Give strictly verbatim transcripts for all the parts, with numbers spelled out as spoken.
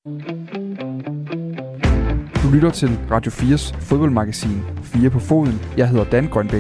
Du lytter til Radio fires fodboldmagasin Fire på Foden. Jeg hedder Dan Grønbæk.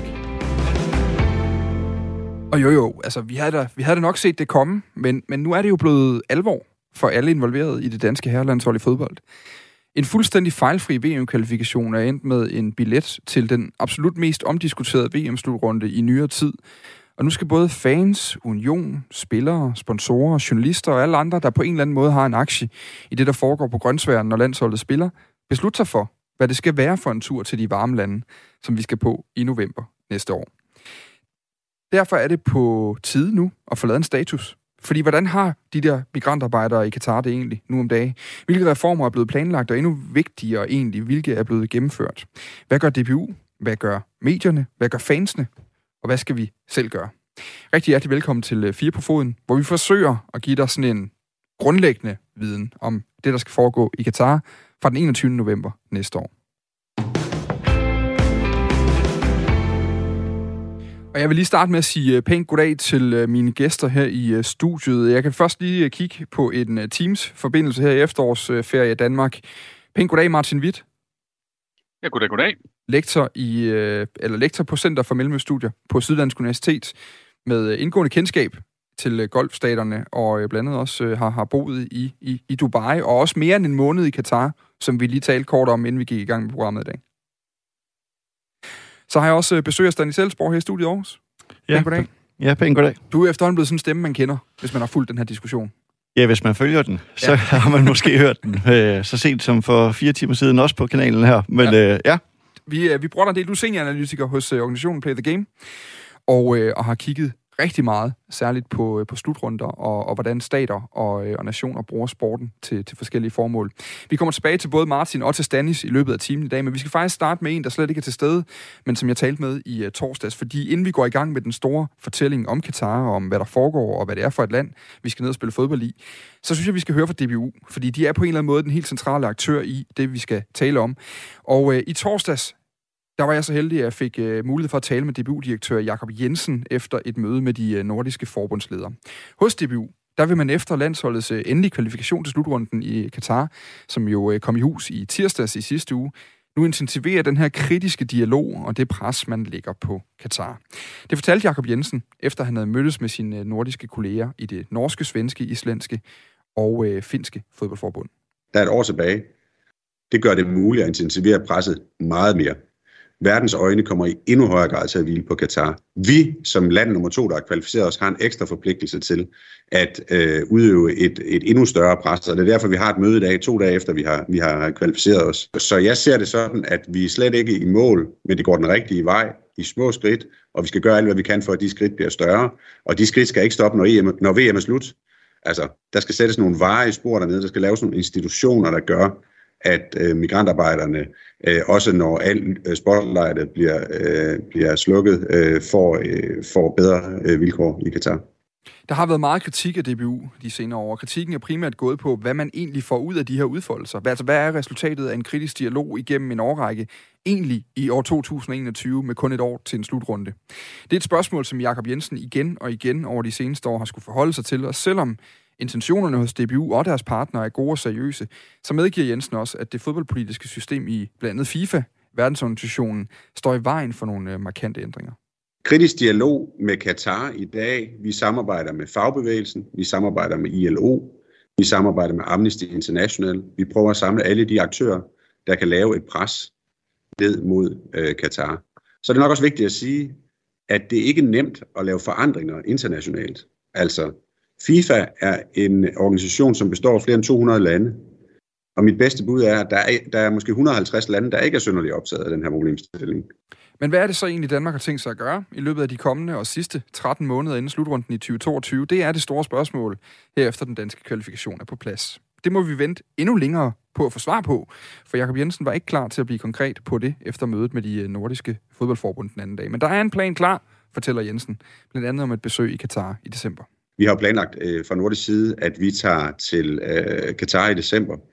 Og jo jo, altså vi havde da, vi havde da nok set det komme, men, men nu er det jo blevet alvor for alle involverede i det danske herrelandshold i fodbold. En fuldstændig fejlfri V M-kvalifikation er endt med en billet til den absolut mest omdiskuterede V M-slutrunde i nyere tid. Og nu skal både fans, union, spillere, sponsorer, journalister og alle andre, der på en eller anden måde har en aktie i det, der foregår på grønsværen, når landsholdet spiller, beslutte sig for, hvad det skal være for en tur til de varme lande, som vi skal på i november næste år. Derfor er det på tide nu at få lavet en status. Fordi hvordan har de der migrantarbejdere i Katar det egentlig nu om dagen? Hvilke reformer er blevet planlagt, og endnu vigtigere egentlig, hvilke er blevet gennemført? Hvad gør D B U? Hvad gør medierne? Hvad gør fansene? Og hvad skal vi selv gøre? Rigtig hjertelig velkommen til Fire på Foden, hvor vi forsøger at give dig sådan en grundlæggende viden om det, der skal foregå i Katar fra den enogtyvende november næste år. Og jeg vil lige starte med at sige pænt goddag til mine gæster her i studiet. Jeg kan først lige kigge på en Teams-forbindelse her i efterårsferie i Danmark. Pænt goddag, Martin Witt. Ja, goddag, goddag. Lektor, i, eller lektor på Center for Mellemøststudier på Syddansk Universitet med indgående kendskab til golfstaterne, og blandt andet også har, har boet i, i, i Dubai, og også mere end en måned i Katar, som vi lige talte kort om, inden vi gik i gang med programmet i dag. Så har jeg også besøg af Stanis Elsborg her i studiet i Aarhus. Ja, pænt goddag. Ja, pænt goddag. Du er efterhånden blevet sådan en stemme, man kender, hvis man har fulgt den her diskussion. Ja, hvis man følger den, så ja. har man måske hørt den øh, så sent som for fire timer siden, også på kanalen her. Men ja, øh, ja. Vi, vi bruger en del. Du er senioranalytiker hos uh, organisationen Play the Game, og, øh, og har kigget rigtig meget, særligt på, på slutrunder, og, og hvordan stater og, og nationer bruger sporten til, til forskellige formål. Vi kommer tilbage til både Martin og til Stanis i løbet af timen i dag, men vi skal faktisk starte med en, der slet ikke er til stede, men som jeg talte med i uh, torsdags, fordi inden vi går i gang med den store fortælling om Katar, om hvad der foregår, og hvad det er for et land, vi skal ned og spille fodbold i, så synes jeg, vi skal høre fra D B U, fordi de er på en eller anden måde den helt centrale aktør i det, vi skal tale om. Og uh, i torsdags, der var jeg så heldig, at jeg fik uh, mulighed for at tale med D B U-direktør Jakob Jensen efter et møde med de uh, nordiske forbundsledere. Hos D B U, der vil man efter landsholdets uh, endelige kvalifikation til slutrunden i Katar, som jo uh, kom i hus i tirsdags i sidste uge, nu intensivere den her kritiske dialog og det pres, man lægger på Katar. Det fortalte Jakob Jensen, efter han havde mødtes med sine uh, nordiske kolleger i det norske, svenske, islandske og uh, finske fodboldforbund. Der er et år tilbage. Det gør det muligt at intensivere presset meget mere. Verdens øjne kommer i endnu højere grad til at hvile på Katar. Vi, som land nummer to, der har kvalificeret os, har en ekstra forpligtelse til at øh, udøve et, et endnu større pres. Og det er derfor, vi har et møde i dag, to dage efter, vi har, vi har kvalificeret os. Så jeg ser det sådan, at vi er slet ikke i mål, men det går den rigtige vej i små skridt, og vi skal gøre alt, hvad vi kan for, at de skridt bliver større. Og de skridt skal ikke stoppe, når, E M, når V M er slut. Altså, der skal sættes nogle varige spor dernede, der skal laves nogle institutioner, der gør, at øh, migrantarbejderne, øh, også når al øh, spotlightet bliver, øh, bliver slukket, øh, får, øh, får bedre øh, vilkår i Katar. Der har været meget kritik af D B U de senere år. Kritikken er primært gået på, hvad man egentlig får ud af de her udfoldelser. Altså, hvad er resultatet af en kritisk dialog igennem en årrække, egentlig i år to tusind og enogtyve, med kun et år til en slutrunde? Det er et spørgsmål, som Jakob Jensen igen og igen over de seneste år har skulle forholde sig til, og selvom intentionerne hos D B U og deres partnere er gode og seriøse, så medgiver Jensen også, at det fodboldpolitiske system i blandt andet FIFA, verdensorganisationen, står i vejen for nogle markante ændringer. Kritisk dialog med Katar i dag. Vi samarbejder med fagbevægelsen, vi samarbejder med I L O, vi samarbejder med Amnesty International. Vi prøver at samle alle de aktører, der kan lave et pres ned mod øh, Katar. Så det er nok også vigtigt at sige, at det ikke er nemt at lave forandringer internationalt. Altså, FIFA er en organisation, som består af flere end to hundrede lande. Og mit bedste bud er, at der er, der er måske et hundrede og halvtreds lande, der ikke er synderligt optaget af den her problemstilling. Men hvad er det så egentlig, Danmark har tænkt sig at gøre i løbet af de kommende og sidste tretten måneder inden slutrunden i tyve toogtyve? Det er det store spørgsmål, herefter den danske kvalifikation er på plads. Det må vi vente endnu længere på at få svar på, for Jakob Jensen var ikke klar til at blive konkret på det efter mødet med de nordiske fodboldforbund den anden dag. Men der er en plan klar, fortæller Jensen, blandt andet om et besøg i Katar i december. Vi har planlagt øh, fra nordisk side, at vi tager til øh, Katar i december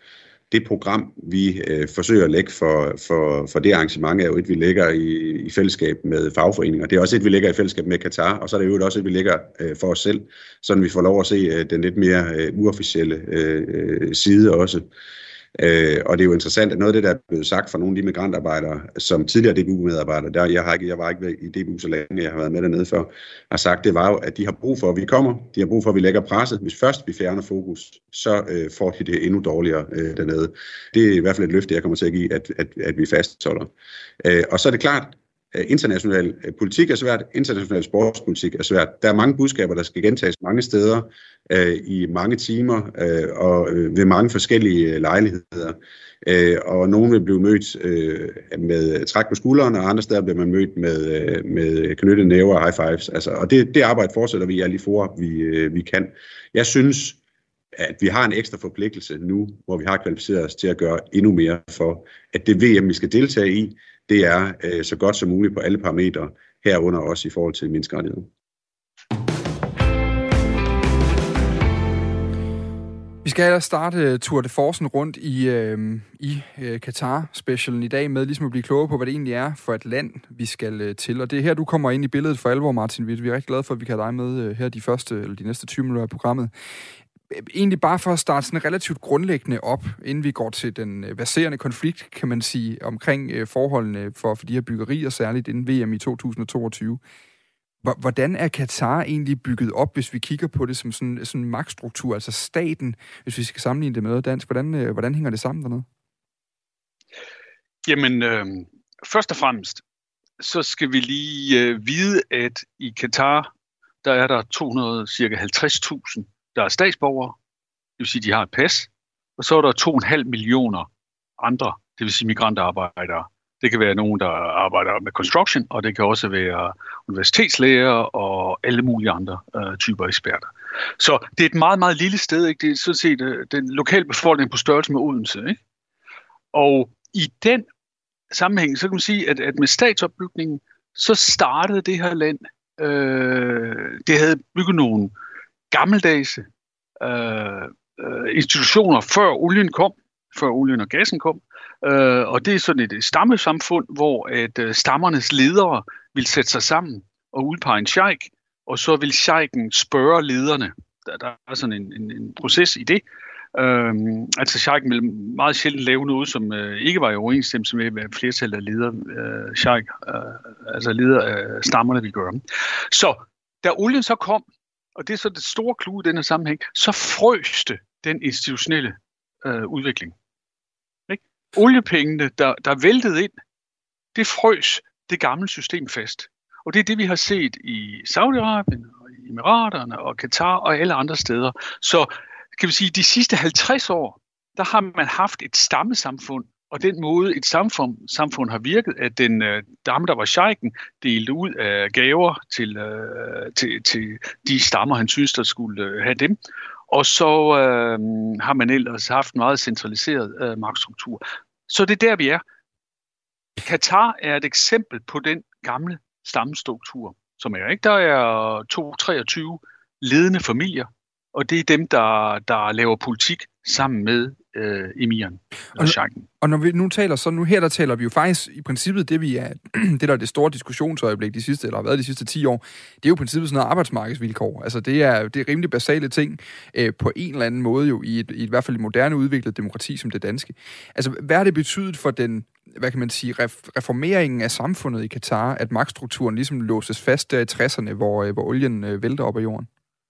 det program, vi øh, forsøger at lægge for, for, for det arrangement, er jo et, vi lægger i, i fællesskab med fagforeninger. Det er også et, vi lægger i fællesskab med Katar, og så er det jo også et, vi lægger øh, for os selv, så vi får lov at se øh, den lidt mere øh, uofficielle øh, side også. Øh, og det er jo interessant, at noget af det, der er blevet sagt fra nogle af de migrantarbejdere, som tidligere D B U-medarbejdere, der jeg, har ikke, jeg var ikke i D B U så længe, jeg har været med dernede før, har sagt, det var jo, at de har brug for, at vi kommer, de har brug for, at vi lægger presset. Hvis først vi fjerner fokus, så øh, får de det endnu dårligere øh, dernede. Det er i hvert fald et løfte, jeg kommer til at give, at, at, at vi fastholder. Øh, og så er det klart, international politik er svært, international sportspolitik er svært. Der er mange budskaber, der skal gentages mange steder, øh, i mange timer, øh, og øh, ved mange forskellige lejligheder. Øh, og nogle vil blive mødt øh, med træk på skuldrene, og andre steder bliver man mødt med, øh, med knyttede næver og high fives. Altså, og det, det arbejde fortsætter vi i alle de fora, vi, øh, vi kan. Jeg synes, at vi har en ekstra forpligtelse nu, hvor vi har kvalificeret os til at gøre endnu mere for, at det V M, vi skal deltage i, det er øh, så godt som muligt på alle parametre, herunder også i forhold til menneskerettigheder. Vi skal ellers starte Tour de Forcen rundt i, øh, i øh, Qatar-specialen i dag med ligesom at blive klogere på, hvad det egentlig er for et land, vi skal øh, til. Og det er her, du kommer ind i billedet for alvor, Martin. Vi er rigtig glade for, at vi kan have dig med øh, her de første eller de næste tyve minutter af programmet. Egentlig bare for at starte sådan relativt grundlæggende op, inden vi går til den verserende konflikt, kan man sige, omkring øh, forholdene for, for de her byggerier, særligt inden V M i to tusind og toogtyve. Hvordan er Katar egentlig bygget op, hvis vi kigger på det som sådan en magtstruktur, altså staten, hvis vi skal sammenligne det med noget dansk? Hvordan, øh, hvordan hænger det sammen dernede? Jamen, øh, først og fremmest, så skal vi lige øh, vide, at i Katar, der er der to hundrede, cirka halvtreds tusind, der er statsborgere, det vil sige, de har et pas, og så er der to komma fem millioner andre, det vil sige migrantarbejdere. Det kan være nogen, der arbejder med construction, og det kan også være universitetslæger og alle mulige andre øh, typer eksperter. Så det er et meget, meget lille sted, ikke? Det er sådan set øh, den lokale befolkning på størrelse med Odense, ikke? Og i den sammenhæng, så kan man sige, at, at med statsopbygningen, så startede det her land, øh, det havde bygget nogle gammeldags øh, institutioner, før olien kom, før olien og gassen kom. Øh, og det er sådan et stammesamfund, hvor at øh, stammernes ledere vil sætte sig sammen og udpege en sheik, og så vil sheiken spørge lederne. Der, der er sådan en, en, en proces i det. Øh, altså sheiken vil meget sjældent lave noget, som øh, ikke var i overensstemmelse med, hvad flertallet af ledere, øh, sheik, øh, altså ledere af stammerne vil gøre. Så da olien så kom, og det er så det store clou i denne sammenhæng, så frøs det den institutionelle øh, udvikling. Ikke? Oliepengene, der, der væltede ind, det frøs det gamle system fast. Og det er det, vi har set i Saudi-Arabien, og i Emiraterne, og Katar og alle andre steder. Så kan vi sige, de sidste halvtreds år, der har man haft et stammesamfund, og den måde et samfund, samfund har virket, at den øh, dame, der var sheiken, delte ud af gaver til, øh, til, til de stammer, han synes, der skulle øh, have dem. Og så øh, har man ellers haft en meget centraliseret øh, magtstruktur. Så det er der, vi er. Katar er et eksempel på den gamle stammestruktur, som er, ikke? Der er to hundrede treogtyve ledende familier, og det er dem, der, der laver politik sammen med øh, emiren og sheiken. Og når vi nu taler så, nu her der taler vi jo faktisk i princippet, det vi er, det der er det store diskussionsøjeblik de sidste, eller har været de sidste ti år, det er jo i princippet sådan noget arbejdsmarkedsvilkår. Altså det er, det er rimelig basale ting øh, på en eller anden måde jo, i, et, i, et, i hvert fald et moderne udviklet demokrati som det danske. Altså hvad har det betydet for den, hvad kan man sige, reformeringen af samfundet i Katar, at magtstrukturen ligesom låses fast der i tresserne, hvor, hvor olien øh, vælter op af jorden?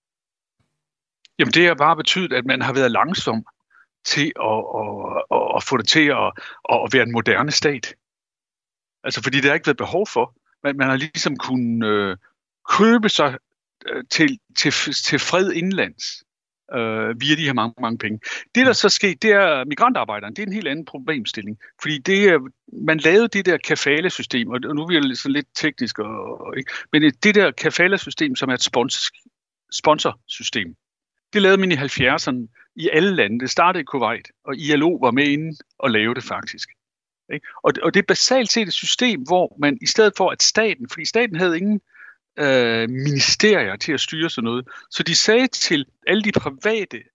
Jamen det har bare betydet, at man har været langsom til at, at, at, at få det til at, at være en moderne stat. Altså fordi der har ikke været behov for. Man, man har ligesom kunnet øh, købe sig øh, til, til, til fred indlands øh, via de her mange, mange penge. Det der så sker, det er migrantarbejderen. Det er en helt anden problemstilling. Fordi det er, man lavede det der kafala-system, og nu er det sådan lidt teknisk, og, ikke? Men det der kafala-system, som er et spons, sponsorsystem, det lavede man i halvfjerdserne i alle lande. Det startede i Kuwait, og I L O var med inde og lavede det faktisk. Og det er basalt set et system, hvor man i stedet for at staten, fordi staten havde ingen øh, ministerier til at styre sådan noget, så de sagde til alle de private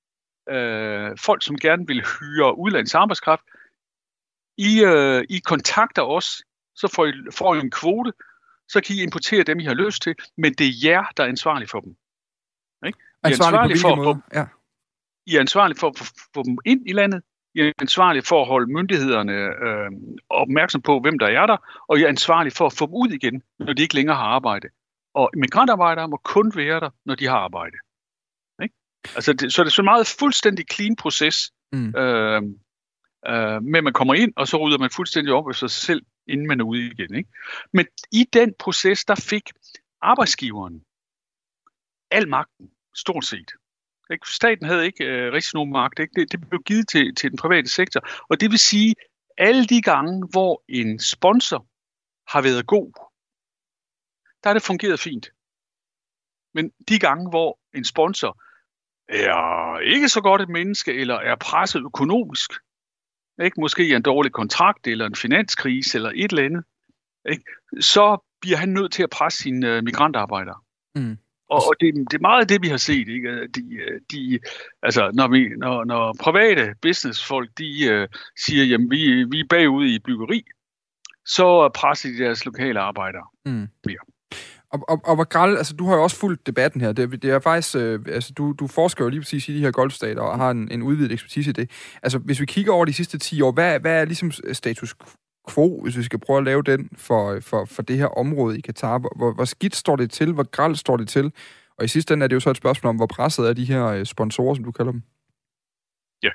øh, folk, som gerne vil hyre udlandsk arbejdskraft, I, øh, I kontakter os, så får I, får I en kvote, så kan I importere dem, I har lyst til, men det er jer, der er ansvarlige for dem. Ikke? I er ansvarlige for, for, ja. I er ansvarlige for at få dem ind i landet, I er ansvarlige for at holde myndighederne øh, opmærksom på, hvem der er der, og I er ansvarlige for at få dem ud igen, når de ikke længere har arbejde. Og migrantarbejdere må kun være der, når de har arbejde. Ikke? Altså det, så det er så en meget fuldstændig clean proces, mm. øh, øh, med at man kommer ind, og så rydder man fuldstændig op af sig selv, inden man er ude igen. Ikke? Men i den proces, der fik arbejdsgiveren al magten, stort set. Ikke? Staten havde ikke øh, rigtig nogen magt. Ikke? Det, det blev givet til, til den private sektor. Og det vil sige, alle de gange, hvor en sponsor har været god, der har det fungeret fint. Men de gange, hvor en sponsor er ikke så godt et menneske, eller er presset økonomisk, ikke? Måske en dårlig kontrakt, eller en finanskrise, eller et eller andet, ikke? Så bliver han nødt til at presse sine uh, migrantarbejdere. Mm. Og, og det, det er meget det, vi har set. Ikke? De, de, altså, når, vi, når, når private businessfolk de, uh, siger, jamen vi, vi er bagud i byggeri, så presser de deres lokale arbejdere mm. mere. Og, og, og hvor grel, altså du har jo også fulgt debatten her. Det, det er faktisk, øh, altså du, du forsker jo lige præcis i de her golfstater og har en, en udvidet ekspertise i det. Altså hvis vi kigger over de sidste ti år, hvad, hvad er ligesom status quo, hvis vi skal prøve at lave den for, for, for det her område i Katar? Hvor, hvor skidt står det til? Hvor grelt står det til? Og i sidste ende er det jo så et spørgsmål om, hvor presset er de her sponsorer, som du kalder dem. Ja.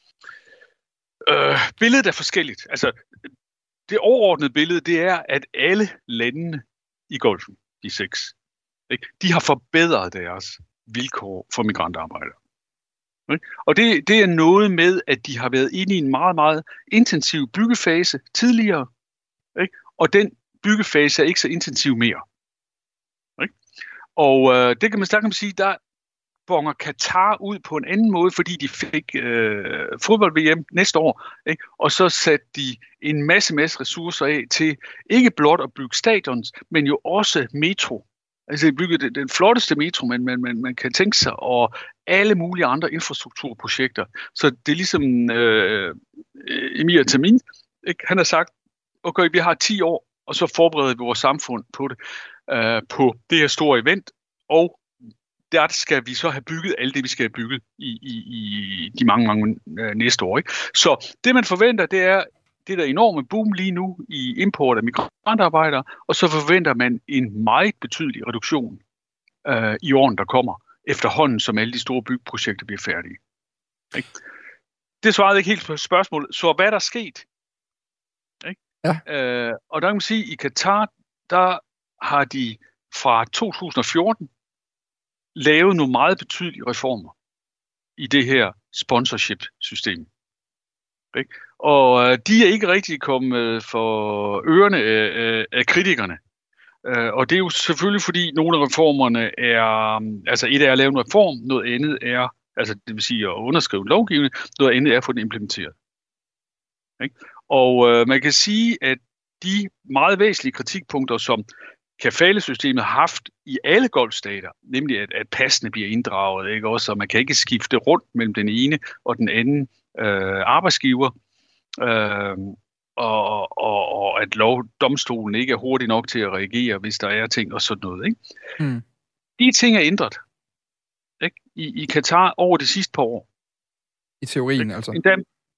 Øh, billedet er forskelligt. Altså det overordnede billede, det er, at alle landene i golfen, de seks, ikke? De har forbedret deres vilkår for migrantarbejdere. Ikke? Og det, det er noget med, at de har været inde i en meget, meget intensiv byggefase tidligere, ikke? Og den byggefase er ikke så intensiv mere. Ikke? Og øh, det kan man, der kan man sige, der bonger Katar ud på en anden måde, fordi de fik øh, fodbold-V M næste år, ikke? Og så satte de en masse, masse ressourcer af til ikke blot at bygge stadions, men jo også metro. Altså de byggede den flotteste metro, man, man, man, man kan tænke sig, og alle mulige andre infrastrukturprojekter. Så det er ligesom øh, Emir Tamin, ikke? Han har sagt, okay, vi har ti år, og så forbereder vi vores samfund på det, øh, på det her store event, og der skal vi så have bygget alt det, vi skal have bygget i, i, i de mange, mange øh, næste år. Ikke? Så det, man forventer, det er det der enorme boom lige nu i import af migrantarbejdere, og så forventer man en meget betydelig reduktion øh, i årene, der kommer, efterhånden, som alle de store byggeprojekter bliver færdige. Ikke? Det svarede ikke helt på spørgsmålet. Så hvad er der sket? Ikke? Ja. Øh, og der kan man sige, at i Katar, der har de fra to tusind og fjorten lavet nogle meget betydelige reformer i det her sponsorship-system. Ikke? Og øh, de er ikke rigtig kommet for ørerne af, af kritikerne. Øh, og det er jo selvfølgelig, fordi nogle af reformerne er, altså et er at lave en reform, noget andet er, altså det vil sige at underskrive lovgivning, noget andet er at få den implementeret. Ikke? Og øh, man kan sige, at de meget væsentlige kritikpunkter, som kafalesystemet har haft i alle golfstater, nemlig at, at passene bliver inddraget, ikke også, og man kan ikke skifte rundt mellem den ene og den anden øh, arbejdsgiver, øh, og, og, og at lovdomstolen ikke er hurtig nok til at reagere, hvis der er ting og sådan noget. Ikke? Hmm. De ting er ændret, ikke? I, i Katar over de sidste par år. I teorien, altså? Endda,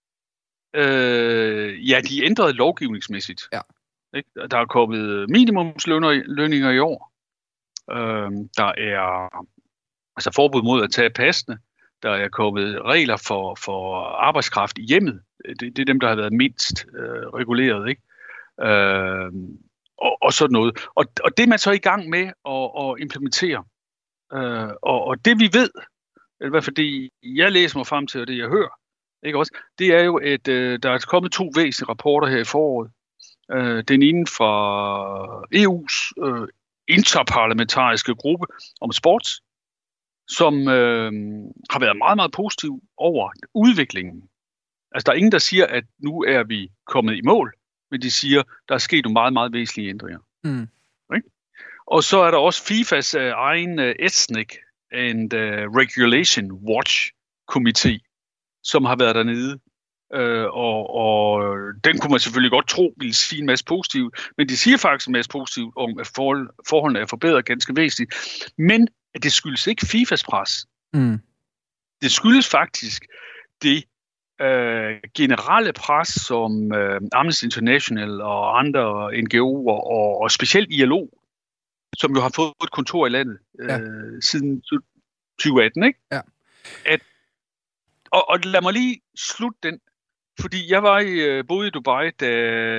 øh, ja, de er ændret lovgivningsmæssigt. Ja. Ikke? Der er kommet minimumslønninger i år. Øhm, der er altså forbud mod at tage passene. Der er kommet regler for, for arbejdskraft i hjemmet. Det, det er dem, der har været mindst øh, reguleret. Ikke? Øhm, og, og sådan noget. Og, og det er man så i gang med at, at implementere. Øh, og, og det vi ved, eller hvad fordi jeg læser mig frem til, og det jeg hører, ikke også, det er jo, at øh, der er kommet to væsentlige rapporter her i foråret. Øh, den ene fra E U's øh, interparlamentariske gruppe om sport, som øh, har været meget, meget positiv over udviklingen. Altså, der er ingen, der siger, at nu er vi kommet i mål, men de siger, der er sket nogle meget, meget væsentlige ændringer. Mm. Okay? Og så er der også FIFAs uh, egen uh, Ethnic and uh, Regulation Watch komité, som har været dernede. Øh, og, og den kunne man selvfølgelig godt tro ville sige en masse positivt, men de siger faktisk en masse positivt om, at forhold, forholdene er forbedret ganske væsentligt. Men at det skyldes ikke FIFAs pres. Mm. Det skyldes faktisk det øh, generelle pres, som øh, Amnesty International og andre N G O'er, og, og specielt I L O, som jo har fået et kontor i landet øh, ja. siden tyve atten, ikke? Ja. At, og, og lad mig lige slutte den, fordi jeg var i, boede i Dubai, da,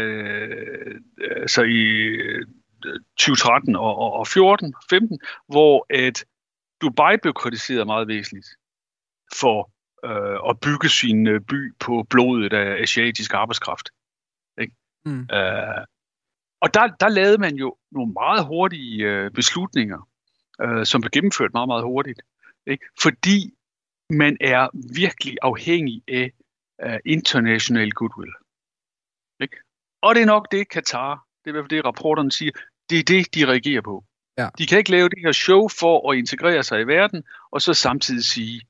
altså i tyve tretten og, og, og fjorten femten, hvor at Dubai blev kritiseret meget væsentligt for øh, at bygge sin by på blodet af asiatisk arbejdskraft. Ikke? Mm. Øh, og der, der lavede man jo nogle meget hurtige øh, beslutninger, øh, som blev gennemført meget, meget hurtigt. Ikke? Fordi man er virkelig afhængig af uh, international goodwill. Ikke? Og det er nok det, Katar, det er det, rapporterne siger, det er det, de reagerer på. Ja. De kan ikke lave det her show for at integrere sig i verden, og så samtidig sige,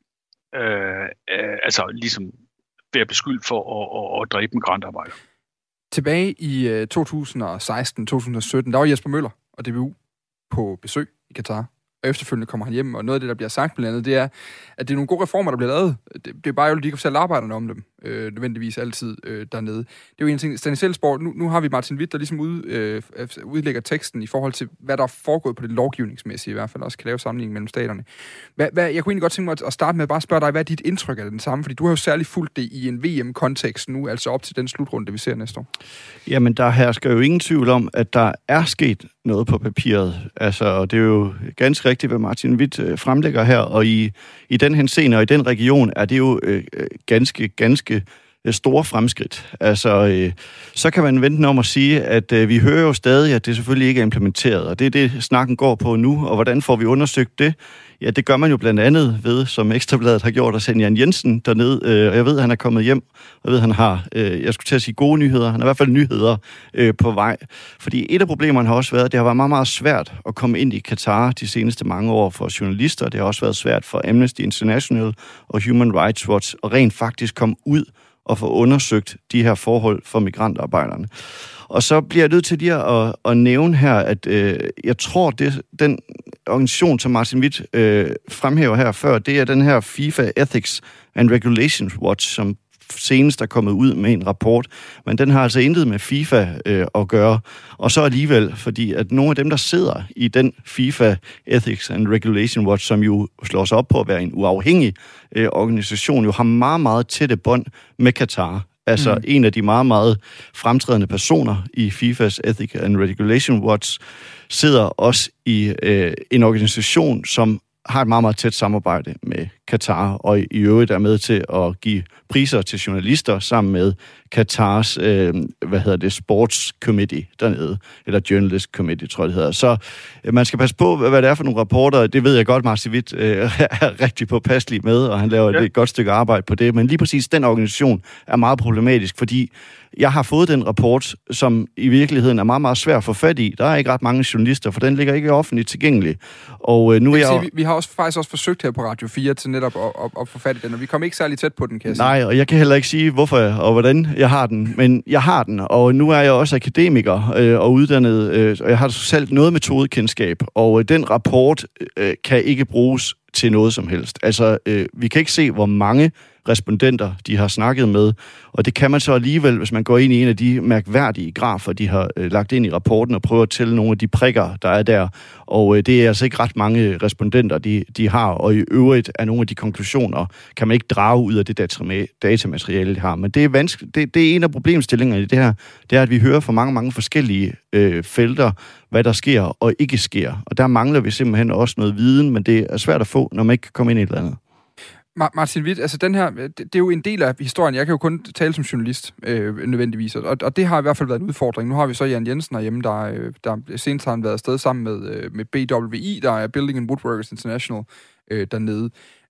øh, øh, altså ligesom være beskyldt for at, at, at dræbe migrantarbejder. Tilbage i øh, to tusind og seksten til to tusind og sytten, der var Jesper Møller og D B U på besøg i Katar. Og efterfølgende kommer han hjem, og noget af det, der bliver sagt blandt andet, det er, at det er nogle gode reformer, der bliver lavet. Det, det er bare jo, at de kan fortælle arbejderne om dem, øh, nødvendigvis altid øh, dernede. Det er jo en ting, Stanis Elsborg, nu, nu har vi Martin Witt, der ligesom ud, øh, udlægger teksten i forhold til, hvad der er foregået på det lovgivningsmæssige, i hvert fald også kan lave sammenligning mellem staterne. Hvad, hvad, jeg kunne egentlig godt tænke mig at starte med at bare spørge dig, hvad er dit indtryk af den samme? Fordi du har jo særligt fulgt det i en V M-kontekst nu, altså op til den slutrunde, vi ser næste år. Jamen, der hersker jo ingen tvivl om, at der er sket noget på papiret. Altså, og det er jo ganske rigtigt, hvad Martin Witt øh, fremlægger her, og i, i den henseende og i den region er det jo øh, ganske, ganske store fremskridt. Altså, øh, så kan man vente om at sige, at øh, vi hører jo stadig, at det selvfølgelig ikke er implementeret, og det er det, snakken går på nu, og hvordan får vi undersøgt det? Ja, det gør man jo blandt andet ved, som Ekstrabladet har gjort, at sende Jan Jensen derned, øh, og jeg ved, at han er kommet hjem, og jeg ved, at han har, øh, jeg skulle til at sige gode nyheder, han har i hvert fald nyheder øh, på vej. Fordi et af problemerne har også været, at det har været meget, meget svært at komme ind i Katar de seneste mange år for journalister, det har også været svært for Amnesty International og Human Rights Watch at rent faktisk komme ud og få undersøgt de her forhold for migrantarbejderne. Og så bliver jeg nødt til lige at, at nævne her, at øh, jeg tror, det den organisation, som Martin Witt øh, fremhæver her før, det er den her FIFA Ethics and Regulations Watch, som senest er kommet ud med en rapport, men den har altså intet med FIFA øh, at gøre. Og så alligevel, fordi at nogle af dem, der sidder i den FIFA Ethics and Regulation Watch, som jo slår sig op på at være en uafhængig øh, organisation, jo har meget, meget tætte bånd med Katar. Altså mm. en af de meget, meget fremtrædende personer i FIFAs Ethics and Regulation Watch sidder også i øh, en organisation, som har et meget, meget tæt samarbejde med Katar, og i øvrigt er med til at give priser til journalister sammen med Katars, øh, hvad hedder det, Sports Committee dernede, eller Journalist Committee, tror jeg det hedder. Så øh, man skal passe på, hvad det er for nogle rapporter. Det ved jeg godt, Martin Witt øh, er rigtig påpasselig med, og han laver ja. et godt stykke arbejde på det. Men lige præcis den organisation er meget problematisk, fordi jeg har fået den rapport, som i virkeligheden er meget, meget svær at få fat i. Der er ikke ret mange journalister, for den ligger ikke offentligt tilgængelig. Og øh, nu er jeg... Sige, vi, vi har også faktisk også forsøgt her på Radio fire til netop at, at, at få fat i den, og vi kom ikke særlig tæt på den, kan jeg sige. Nej, og jeg kan heller ikke sige, hvorfor og hvordan jeg har den, men jeg har den, og nu er jeg også akademiker øh, og uddannet, øh, og jeg har selv noget metodekendskab, og øh, den rapport øh, kan ikke bruges til noget som helst. Altså, øh, vi kan ikke se, hvor mange respondenter de har snakket med, og det kan man så alligevel, hvis man går ind i en af de mærkværdige grafer, de har øh, lagt ind i rapporten, og prøver at tælle nogle af de prikker, der er der, og øh, det er altså ikke ret mange respondenter, de, de har, og i øvrigt er nogle af de konklusioner, kan man ikke drage ud af det datamateriale, de har. Men det er vanskeligt. Det, det er en af problemstillingerne i det her, det er, at vi hører fra mange, mange forskellige øh, felter, hvad der sker og ikke sker, og der mangler vi simpelthen også noget viden, men det er svært at få, når man ikke kan komme ind i et eller andet. Martin Witt, altså den her, det, det er jo en del af historien. Jeg kan jo kun tale som journalist, øh, nødvendigvis, og, og det har i hvert fald været en udfordring. Nu har vi så Jan Jensen herhjemme, der, der senest har han været afsted sammen med, med B W I, der er Building and Woodworkers International øh, dernede.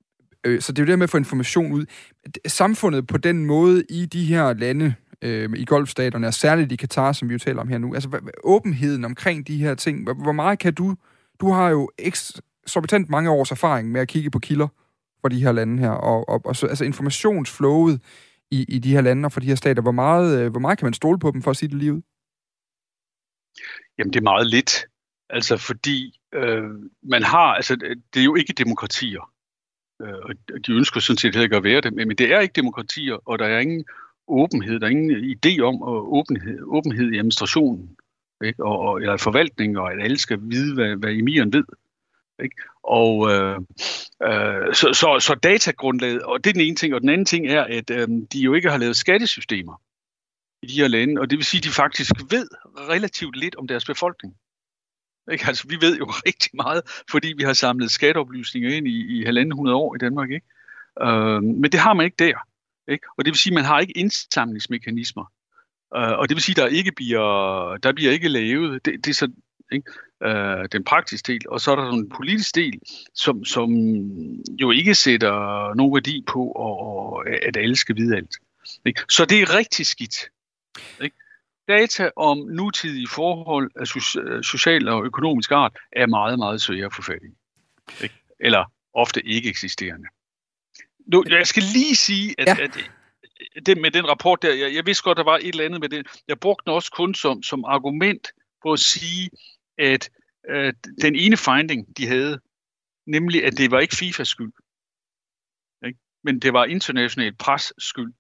Øh, så det er jo det med at få information ud. Samfundet på den måde i de her lande, øh, i golfstaterne, og særligt i Katar, som vi jo taler om her nu, altså åbenheden omkring de her ting, hvor meget kan du, du har jo eksorbitant mange års erfaring med at kigge på kilder for de her lande her, og, og, og så, altså informationsflowet i, i de her lande og for de her stater, hvor meget, hvor meget kan man stole på dem for at sige det lige ud? Jamen, det er meget lidt. Altså, fordi øh, man har, altså, det er jo ikke demokratier. Øh, og de ønsker sådan set heller ikke at være det, men det er ikke demokratier, og der er ingen åbenhed, der er ingen idé om og åbenhed, åbenhed i administrationen, ikke? Og, og, eller forvaltningen, og at alle skal vide, hvad, hvad emiren ved. Ikke? Og øh, øh, så, så, så datagrundlaget, og det er den ene ting, og den anden ting er, at øh, de jo ikke har lavet skattesystemer i de her lande, og det vil sige, at de faktisk ved relativt lidt om deres befolkning. Ikke? Altså, vi ved jo rigtig meget, fordi vi har samlet skatteoplysninger ind i, i halvanden hundrede år i Danmark, ikke? Øh, men det har man ikke der. Ikke? Og det vil sige, at man har ikke indsamlingsmekanismer. Øh, og det vil sige, at der ikke bliver, der bliver ikke lavet, det, det er så ikke? Øh, den praktiske del, og så er der en politisk del, som, som jo ikke sætter nogen værdi på, og, og at alle skal vide alt. Ikke? Så det er rigtig skidt. Ikke? Data om nutidige forhold af social og økonomisk art er meget, meget svære at få fat i. Ikke? Eller ofte ikke eksisterende. Nu, jeg skal lige sige, at, ja. at det, med den rapport der, jeg, jeg vidste godt, der var et eller andet med det. Jeg brugte den også kun som, som argument på at sige, at øh, den ene finding, de havde, nemlig at det var ikke FIFAs skyld, ikke? Men det var international pres skyld,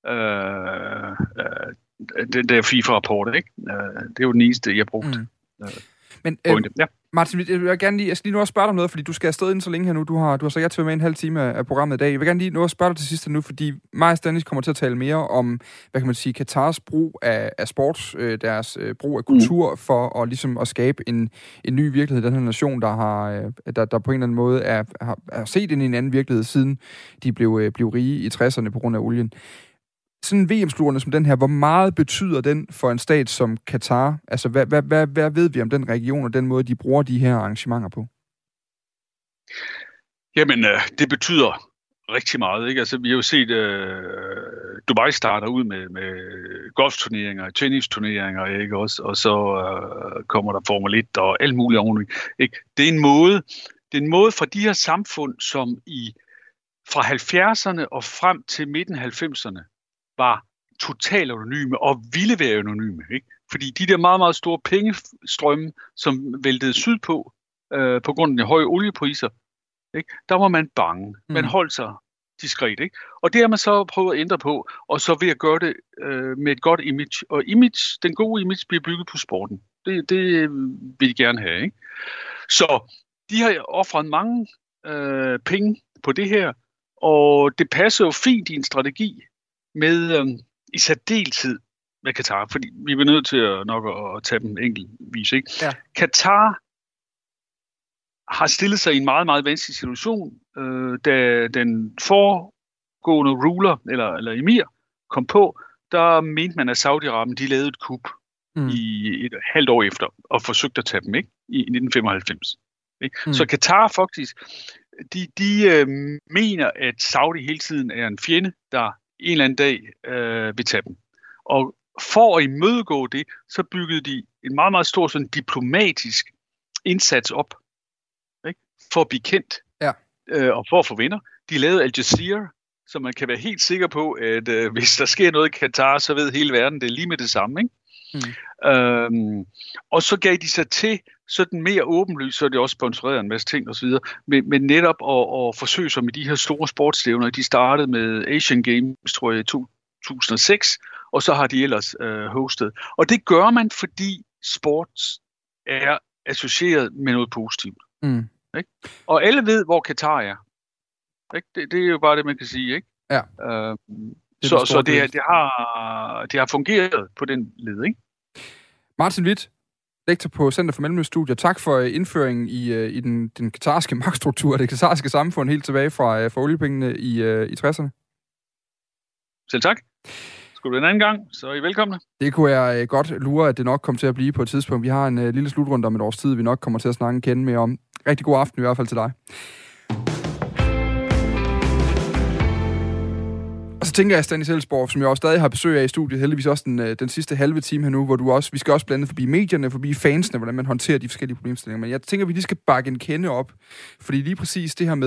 øh, øh, den der FIFA-rapport, ikke? Øh, det er jo den eneste, jeg brugte. Mm. Øh, Men øh, ja. Martin, jeg vil gerne lige, jeg skal lige nu også spørge dig om noget, fordi du skal afsted inden så længe her nu. Du har, du har så jeg til at være med en halv time af programmet i dag. Jeg vil gerne lige nu spørge dig til sidst nu, fordi mig og Stanis kommer til at tale mere om, hvad kan man sige, Katars brug af, af sports, øh, deres øh, brug af kultur mm. for at, ligesom, at skabe en, en ny virkelighed. Den her nation, der, har, øh, der, der på en eller anden måde er, har, har set ind i en anden virkelighed, siden de blev, øh, blev rige i tresserne på grund af olien. Sådan en V M-slutrunde som den her, hvor meget betyder den for en stat som Katar? Altså, hvad, hvad, hvad, hvad ved vi om den region og den måde, de bruger de her arrangementer på? Jamen, øh, det betyder rigtig meget, ikke? Altså, vi har jo set, øh, Dubai starter ud med, med golfturneringer, tennisturneringer, ikke også? Og så øh, kommer der Formel et og alt muligt oveni, ikke? Det er en måde, det er en måde fra de her samfund, som i fra halvfjerdserne og frem til midten halvfemserne var totalt anonyme og ville være anonyme, ikke? Fordi de der meget, meget store pengestrømme, som væltede sydpå øh, på grund af de høje oliepriser, ikke? Der var man bange. Man mm. holdt sig diskret, ikke? Og det har man så prøvet at ændre på, og så ved at gøre det øh, med et godt image. Og image, den gode image bliver bygget på sporten. Det, det vil de gerne have, ikke? Så de har offret mange øh, penge på det her, og det passer jo fint i en strategi med øh, i særdeleshed med Katar, fordi vi er nødt til at nok at, at tage dem enkeltvis, ikke? Ja. Katar har stillet sig i en meget, meget vanskelig situation, øh, da den foregående ruler, eller, eller emir, kom på, der mente man, at Saudi-Arabien, de lavede et kup mm. i et halvt år efter, og forsøgte at tage dem, ikke? I nitten femoghalvfems. Ikke? Mm. Så Katar faktisk, de, de øh, mener, at Saudi hele tiden er en fjende, der en eller anden dag øh, vil tage dem. Og for at imødegå det, så byggede de en meget, meget stor sådan diplomatisk indsats op, ikke? For at blive kendt, ja. øh, og for at få venner. De lavede Al Jazeera, så man kan være helt sikker på, at øh, hvis der sker noget i Katar, så ved hele verden det er lige med det samme, ikke? Mm. Øhm, og så gav de sig til sådan mere åbenlyst, så er det også sponsoreret en masse ting osv., men, men netop at, at forsøge sig med de her store sportsstævner. De startede med Asian Games, tror jeg, i to tusind og seks, og så har de ellers øh, hostet. Og det gør man, fordi sports er associeret med noget positivt. Mm. Ikke? Og alle ved, hvor Katar er. Ikke? Det, det er jo bare det, man kan sige, ikke? Ja. Øh, det så så det, det, har, det har fungeret på den led, ikke? Martin Witt, lektor på Center for Mellemøststudier. Tak for indføringen i, i den, den katarske magtstruktur, det katarske samfund, helt tilbage fra, fra oliepengene i, i tresserne. Selv tak. Skulle du en anden gang, så er I velkomne. Det kunne jeg godt lure, at det nok kommer til at blive på et tidspunkt. Vi har en uh, lille slutrunde om et års tid, vi nok kommer til at snakke kende mere om. Rigtig god aften i hvert fald til dig. Og så tænker jeg, Stanis Elsborg, som jeg også stadig har besøg af i studiet, heldigvis også den, den sidste halve time her nu, hvor du også, vi skal også blande forbi medierne, forbi fansene, hvordan man håndterer de forskellige problemstillinger. Men jeg tænker, vi lige skal bakke en kende op, fordi lige præcis det her med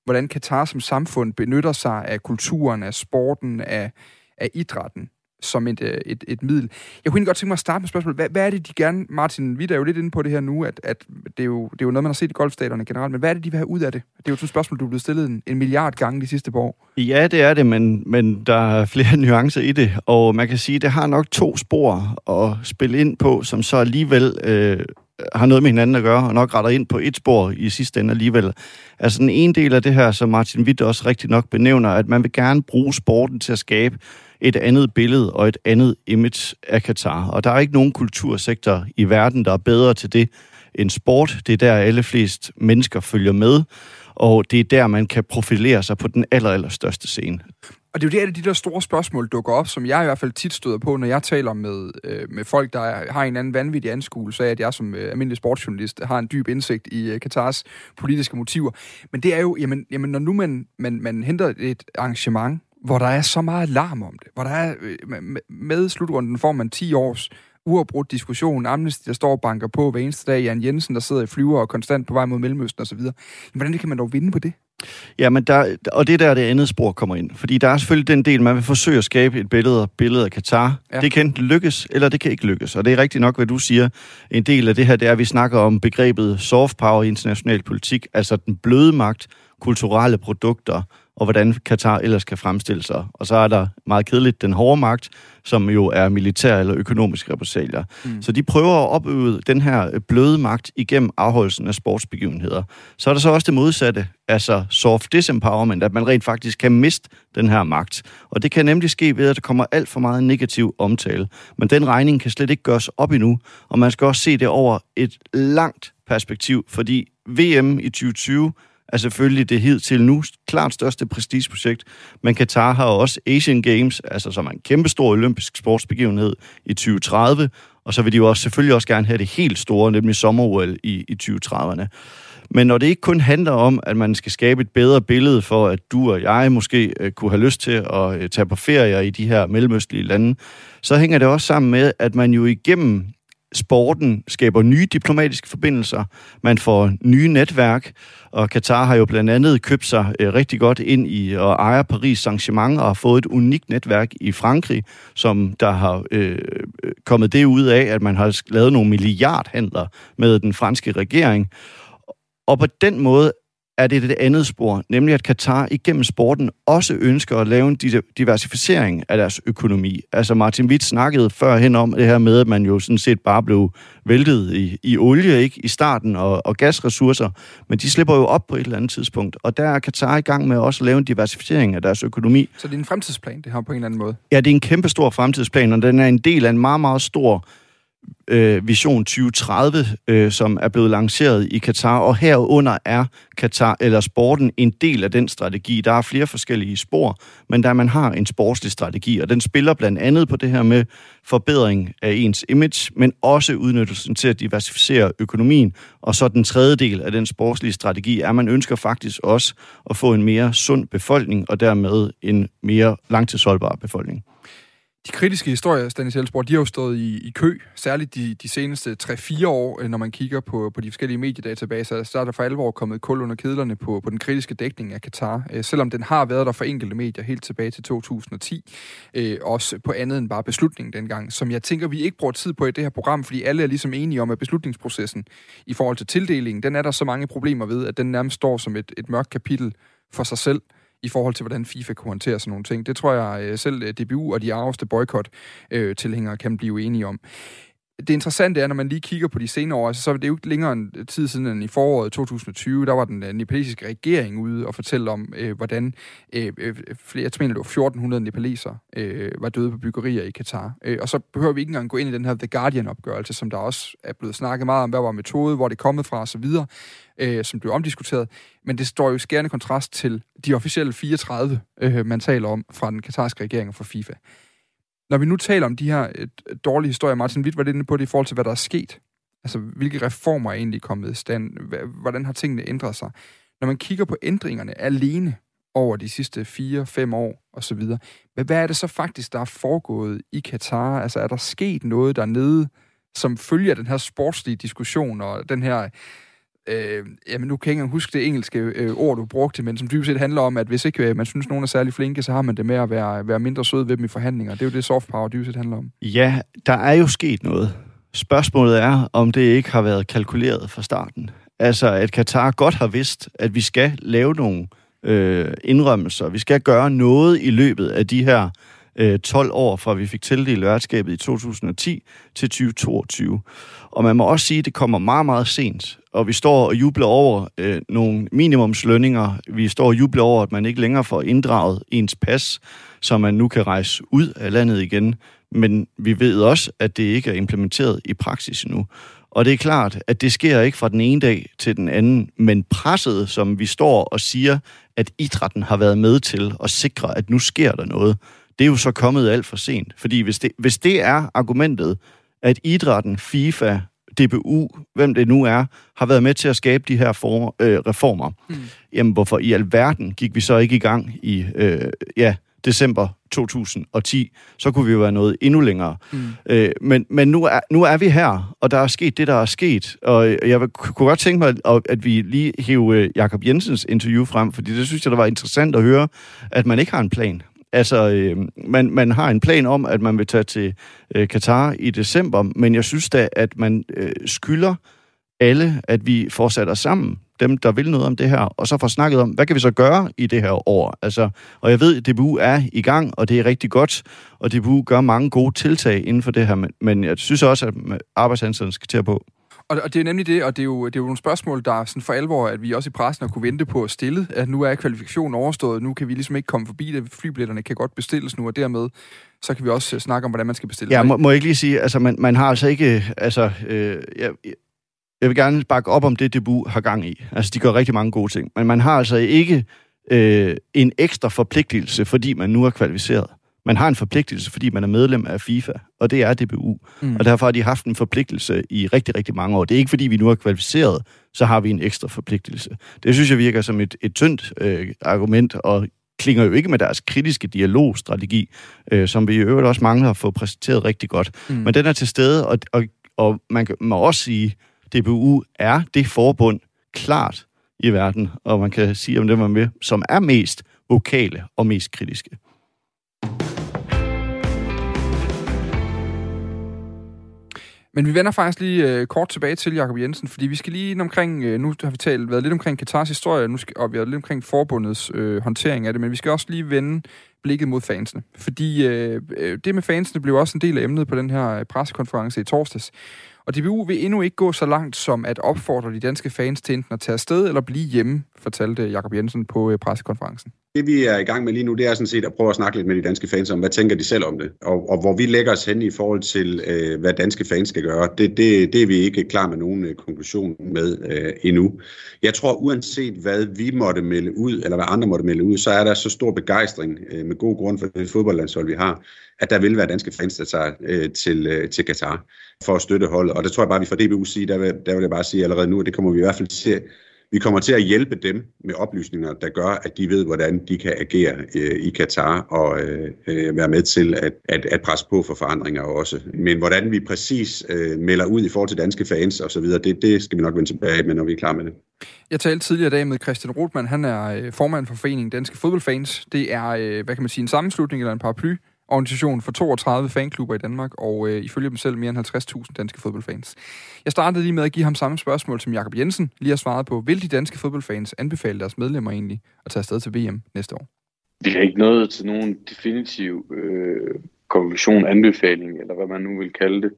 hvordan Katar som samfund benytter sig af kulturen, af sporten, af, af idrætten som et, et, et middel. Jeg kunne egentlig godt tænke mig at starte med spørgsmålet. Hvad, hvad er det, de gerne... Martin, vi er jo lidt inde på det her nu, at, at det, er jo, det er jo noget, man har set i golfstaterne generelt, men hvad er det, de vil have ud af det? Det er jo sådan et spørgsmål, du er blevet stillet en, en milliard gange de sidste par år. Ja, det er det, men, men der er flere nuancer i det, og man kan sige, at det har nok to spor at spille ind på, som så alligevel øh, har noget med hinanden at gøre, og nok retter ind på et spor i sidste ende alligevel. Altså den ene del af det her, som Martin Witt også rigtig nok benævner, at man vil gerne bruge sporten til at skabe et andet billede og et andet image af Katar. Og der er ikke nogen kultursektor i verden, der er bedre til det end sport. Det er der, alle flest mennesker følger med, og det er der, man kan profilere sig på den aller, aller største scene. Og det er jo der, de der store spørgsmål dukker op, som jeg i hvert fald tit støder på, når jeg taler med, øh, med folk, der har en anden vanvittig anskuelse af, at jeg som øh, almindelig sportsjournalist har en dyb indsigt i øh, Katars politiske motiver. Men det er jo, jamen, jamen når nu man, man, man henter et arrangement, hvor der er så meget larm om det, hvor der er, med, med slutrunden får man ti års uafbrudt diskussion, Amnesty, der står og banker på hver eneste dag, Jan Jensen, der sidder i flyver og konstant på vej mod Mellemøsten osv. Hvordan kan man dog vinde på det? Ja, men der, og det der det andet spor kommer ind. Fordi der er selvfølgelig den del, man vil forsøge at skabe et billede, billede af Katar. Ja. Det kan enten lykkes, eller det kan ikke lykkes. Og det er rigtigt nok, hvad du siger. En del af det her, det er, at vi snakker om begrebet soft power i international politik, altså den bløde magt, kulturelle produkter, og hvordan Katar ellers kan fremstille sig. Og så er der meget kedeligt den hårde magt, som jo er militær eller økonomiske repressalier. Mm. Så de prøver at opøve den her bløde magt igennem afholdelsen af sportsbegivenheder. Så er der så også det modsatte, altså soft disempowerment, at man rent faktisk kan miste den her magt. Og det kan nemlig ske ved, at der kommer alt for meget negativ omtale. Men den regning kan slet ikke gøres op endnu, og man skal også se det over et langt perspektiv, fordi V M i tyve tyve er selvfølgelig det hidtil nu klart største prestigeprojekt, men Katar har også Asian Games, altså som er en kæmpestor olympisk sportsbegivenhed i tyve tredive, og så vil de jo også, selvfølgelig også gerne have det helt store, nemlig sommer-O L i, i tyve trediverne. Men når det ikke kun handler om, at man skal skabe et bedre billede for, at du og jeg måske øh, kunne have lyst til at øh, tage på ferier i de her mellemøstlige lande, så hænger det også sammen med, at man jo igennem sporten skaber nye diplomatiske forbindelser, man får nye netværk, og Katar har jo blandt andet købt sig øh, rigtig godt ind i og ejer Paris Saint-Germain og har fået et unikt netværk i Frankrig, som der har øh, kommet det ud af, at man har lavet nogle milliardhandler med den franske regering. Og på den måde er det det andet spor, nemlig at Katar igennem sporten også ønsker at lave en diversificering af deres økonomi. Altså Martin Witt snakkede førhen om det her med, at man jo sådan set bare blev væltet i, i olie, ikke i starten, og, og gasressourcer, men de slipper jo op på et eller andet tidspunkt, og der er Katar i gang med også at lave en diversificering af deres økonomi. Så det er en fremtidsplan, det her på en eller anden måde? Ja, det er en kæmpe stor fremtidsplan, og den er en del af en meget, meget stor Øh, Vision tyve tredive, øh, som er blevet lanceret i Katar, og herunder er Katar eller sporten en del af den strategi. Der er flere forskellige spor, men der man har en sportslig strategi, og den spiller blandt andet på det her med forbedring af ens image, men også udnyttelsen til at diversificere økonomien. Og så den tredje del af den sportslige strategi er, at man ønsker faktisk også at få en mere sund befolkning, og dermed en mere langtidsholdbar befolkning. De kritiske historier, Stanis Elsborg, de har jo stået i, i kø, særligt de, de seneste tre fire år, når man kigger på, på de forskellige mediedatabaser. Så er der for alvor kommet kul under kedlerne på, på den kritiske dækning af Katar, øh, selvom den har været der for enkelte medier helt tilbage til to tusind og ti, øh, også på andet end bare beslutningen dengang, som jeg tænker, vi ikke bruger tid på i det her program, fordi alle er ligesom enige om, at beslutningsprocessen i forhold til tildelingen, den er der så mange problemer ved, at den nærmest står som et, et mørkt kapitel for sig selv, i forhold til, hvordan FIFA kunne håndtere sådan nogle ting. Det tror jeg selv D B U og de arveste boykot-tilhængere kan blive enige om. Det interessante er, når man lige kigger på de senere år, så er det jo ikke længere en tid siden end i foråret to tusind og tyve, der var den nepalesiske regering ude og fortælle om, øh, hvordan øh, flere, jeg mener det var fjorten hundrede nepaleser øh, var døde på byggerier i Katar. Øh, og så behøver vi ikke engang gå ind i den her The Guardian-opgørelse, som der også er blevet snakket meget om, hvad var metode, hvor det er kommet fra osv., øh, som blev omdiskuteret. Men det står jo i skærende kontrast til de officielle fireogtredive, øh, man taler om fra den katarske regering og fra FIFA. Når vi nu taler om de her et, et dårlige historier, Martin Witt var lidt inde på det i forhold til, hvad der er sket. Altså, hvilke reformer er egentlig kommet i stand? Hvordan har tingene ændret sig? Når man kigger på ændringerne alene over de sidste fire, fem år osv., hvad er det så faktisk, der er foregået i Katar? Altså, er der sket noget dernede, som følger den her sportslige diskussion og den her Øh, jamen, nu kan jeg ikke engang huske det engelske øh, ord, du brugte, men som dybest set handler om, at hvis ikke øh, man synes, nogen er særlig flinke, så har man det med at være, være mindre sød ved dem i forhandlinger. Det er jo det, soft power dybest set handler om. Ja, der er jo sket noget. Spørgsmålet er, om det ikke har været kalkuleret fra starten. Altså, at Katar godt har vidst, at vi skal lave nogle øh, indrømmelser. Vi skal gøre noget i løbet af de her øh, tolv år, fra vi fik tildelt værtskabet i to tusind og ti til tyve toogtyve. Og man må også sige, at det kommer meget, meget sent. Og vi står og jubler over øh, nogle minimumslønninger. Vi står og jubler over, at man ikke længere får inddraget ens pas, så man nu kan rejse ud af landet igen. Men vi ved også, at det ikke er implementeret i praksis endnu. Og det er klart, at det sker ikke fra den ene dag til den anden. Men presset, som vi står og siger, at idrætten har været med til at sikre, at nu sker der noget, det er jo så kommet alt for sent. Fordi hvis det, hvis det er argumentet, at idrætten, FIFA, D B U, hvem det nu er, har været med til at skabe de her for, øh, reformer, mm. jamen hvorfor i alverden gik vi så ikke i gang i øh, ja, december to tusind og ti? Så kunne vi jo være noget endnu længere. Mm. Øh, men men nu, er, nu er vi her, og der er sket det, der er sket. Og jeg kunne godt tænke mig, at, at vi lige hæve Jakob Jensens interview frem, fordi det synes jeg, der var interessant at høre, at man ikke har en plan. Altså, øh, man, man har en plan om, at man vil tage til øh, Katar i december, men jeg synes da, at man øh, skylder alle, at vi fortsætter sammen, dem, der vil noget om det her, og så får snakket om, hvad kan vi så gøre i det her år? Altså, og jeg ved, at D B U er i gang, og det er rigtig godt, og D B U gør mange gode tiltag inden for det her, men, men jeg synes også, at arbejdsansætterne skal til at på. Og, og det er nemlig det, og det er, jo, det er jo nogle spørgsmål, der er sådan for alvor, at vi også i pressen har kunne vente på at stille, at nu er kvalifikationen overstået, nu kan vi ligesom ikke komme forbi det, flybilletterne kan godt bestilles nu, og dermed så kan vi også snakke om, hvordan man skal bestille. Ja, må, må jeg ikke lige sige, altså man, man har altså ikke, altså, øh, jeg, jeg vil gerne bakke op om det, D B U har gang i. Altså, de gør rigtig mange gode ting, men man har altså ikke øh, en ekstra forpligtelse, fordi man nu er kvalificeret. Man har en forpligtelse, fordi man er medlem af FIFA, og det er D B U. Mm. Og derfor har de haft en forpligtelse i rigtig, rigtig mange år. Det er ikke, fordi vi nu er kvalificeret, så har vi en ekstra forpligtelse. Det synes jeg virker som et, et tyndt øh, argument, og klinger jo ikke med deres kritiske dialogstrategi, øh, som vi i øvrigt også mangler at få præsenteret rigtig godt. Mm. Men den er til stede, og, og, og man kan må også sige, at D B U er det forbund klart i verden, og man kan sige om det var med, som er mest vokale og mest kritiske. Men vi vender faktisk lige øh, kort tilbage til Jakob Jensen, fordi vi skal lige omkring, øh, nu har vi talt, været lidt omkring Katars historie, nu skal, og vi har lidt omkring forbundets øh, håndtering af det, men vi skal også lige vende blikket mod fansene. Fordi øh, det med fansene blev også en del af emnet på den her pressekonference i torsdags. Og D B U vil endnu ikke gå så langt som at opfordre de danske fans til enten at tage afsted eller blive hjemme, fortalte Jakob Jensen på øh, pressekonferencen. Det vi er i gang med lige nu, det er sådan set at prøve at snakke lidt med de danske fans om, hvad tænker de selv om det, og, og hvor vi lægger os hen i forhold til, øh, hvad danske fans skal gøre. Det, det, det er vi ikke klar med nogen øh, konklusion med øh, endnu. Jeg tror, uanset hvad vi måtte melde ud, eller hvad andre måtte melde ud, så er der så stor begejstring øh, med god grund for det fodboldlandshold, vi har, at der vil være danske fans, der tager øh, til, øh, til Katar for at støtte holdet. Og der tror jeg bare, vi fra D B U's side, der vil, der vil jeg bare sige allerede nu, at det kommer vi i hvert fald til. Vi kommer til at hjælpe dem med oplysninger, der gør, at de ved, hvordan de kan agere øh, i Katar og øh, være med til at, at, at presse på for forandringer også. Men hvordan vi præcis øh, melder ud i forhold til danske fans og så videre, det, det skal vi nok vende tilbage med, når vi er klar med det. Jeg talte tidligere i dag med Christian Rothmann. Han er formand for foreningen Danske Fodboldfans. Det er, hvad kan man sige, en sammenslutning eller en paraply organisation for toogtredive fanklubber i Danmark, og øh, ifølge dem selv mere end halvtreds tusind danske fodboldfans. Jeg startede lige med at give ham samme spørgsmål, som Jakob Jensen lige har svaret på. Vil de danske fodboldfans anbefale deres medlemmer egentlig at tage afsted til V M næste år? Vi har ikke nået til nogen definitiv øh, konklusion, anbefaling, eller hvad man nu vil kalde det.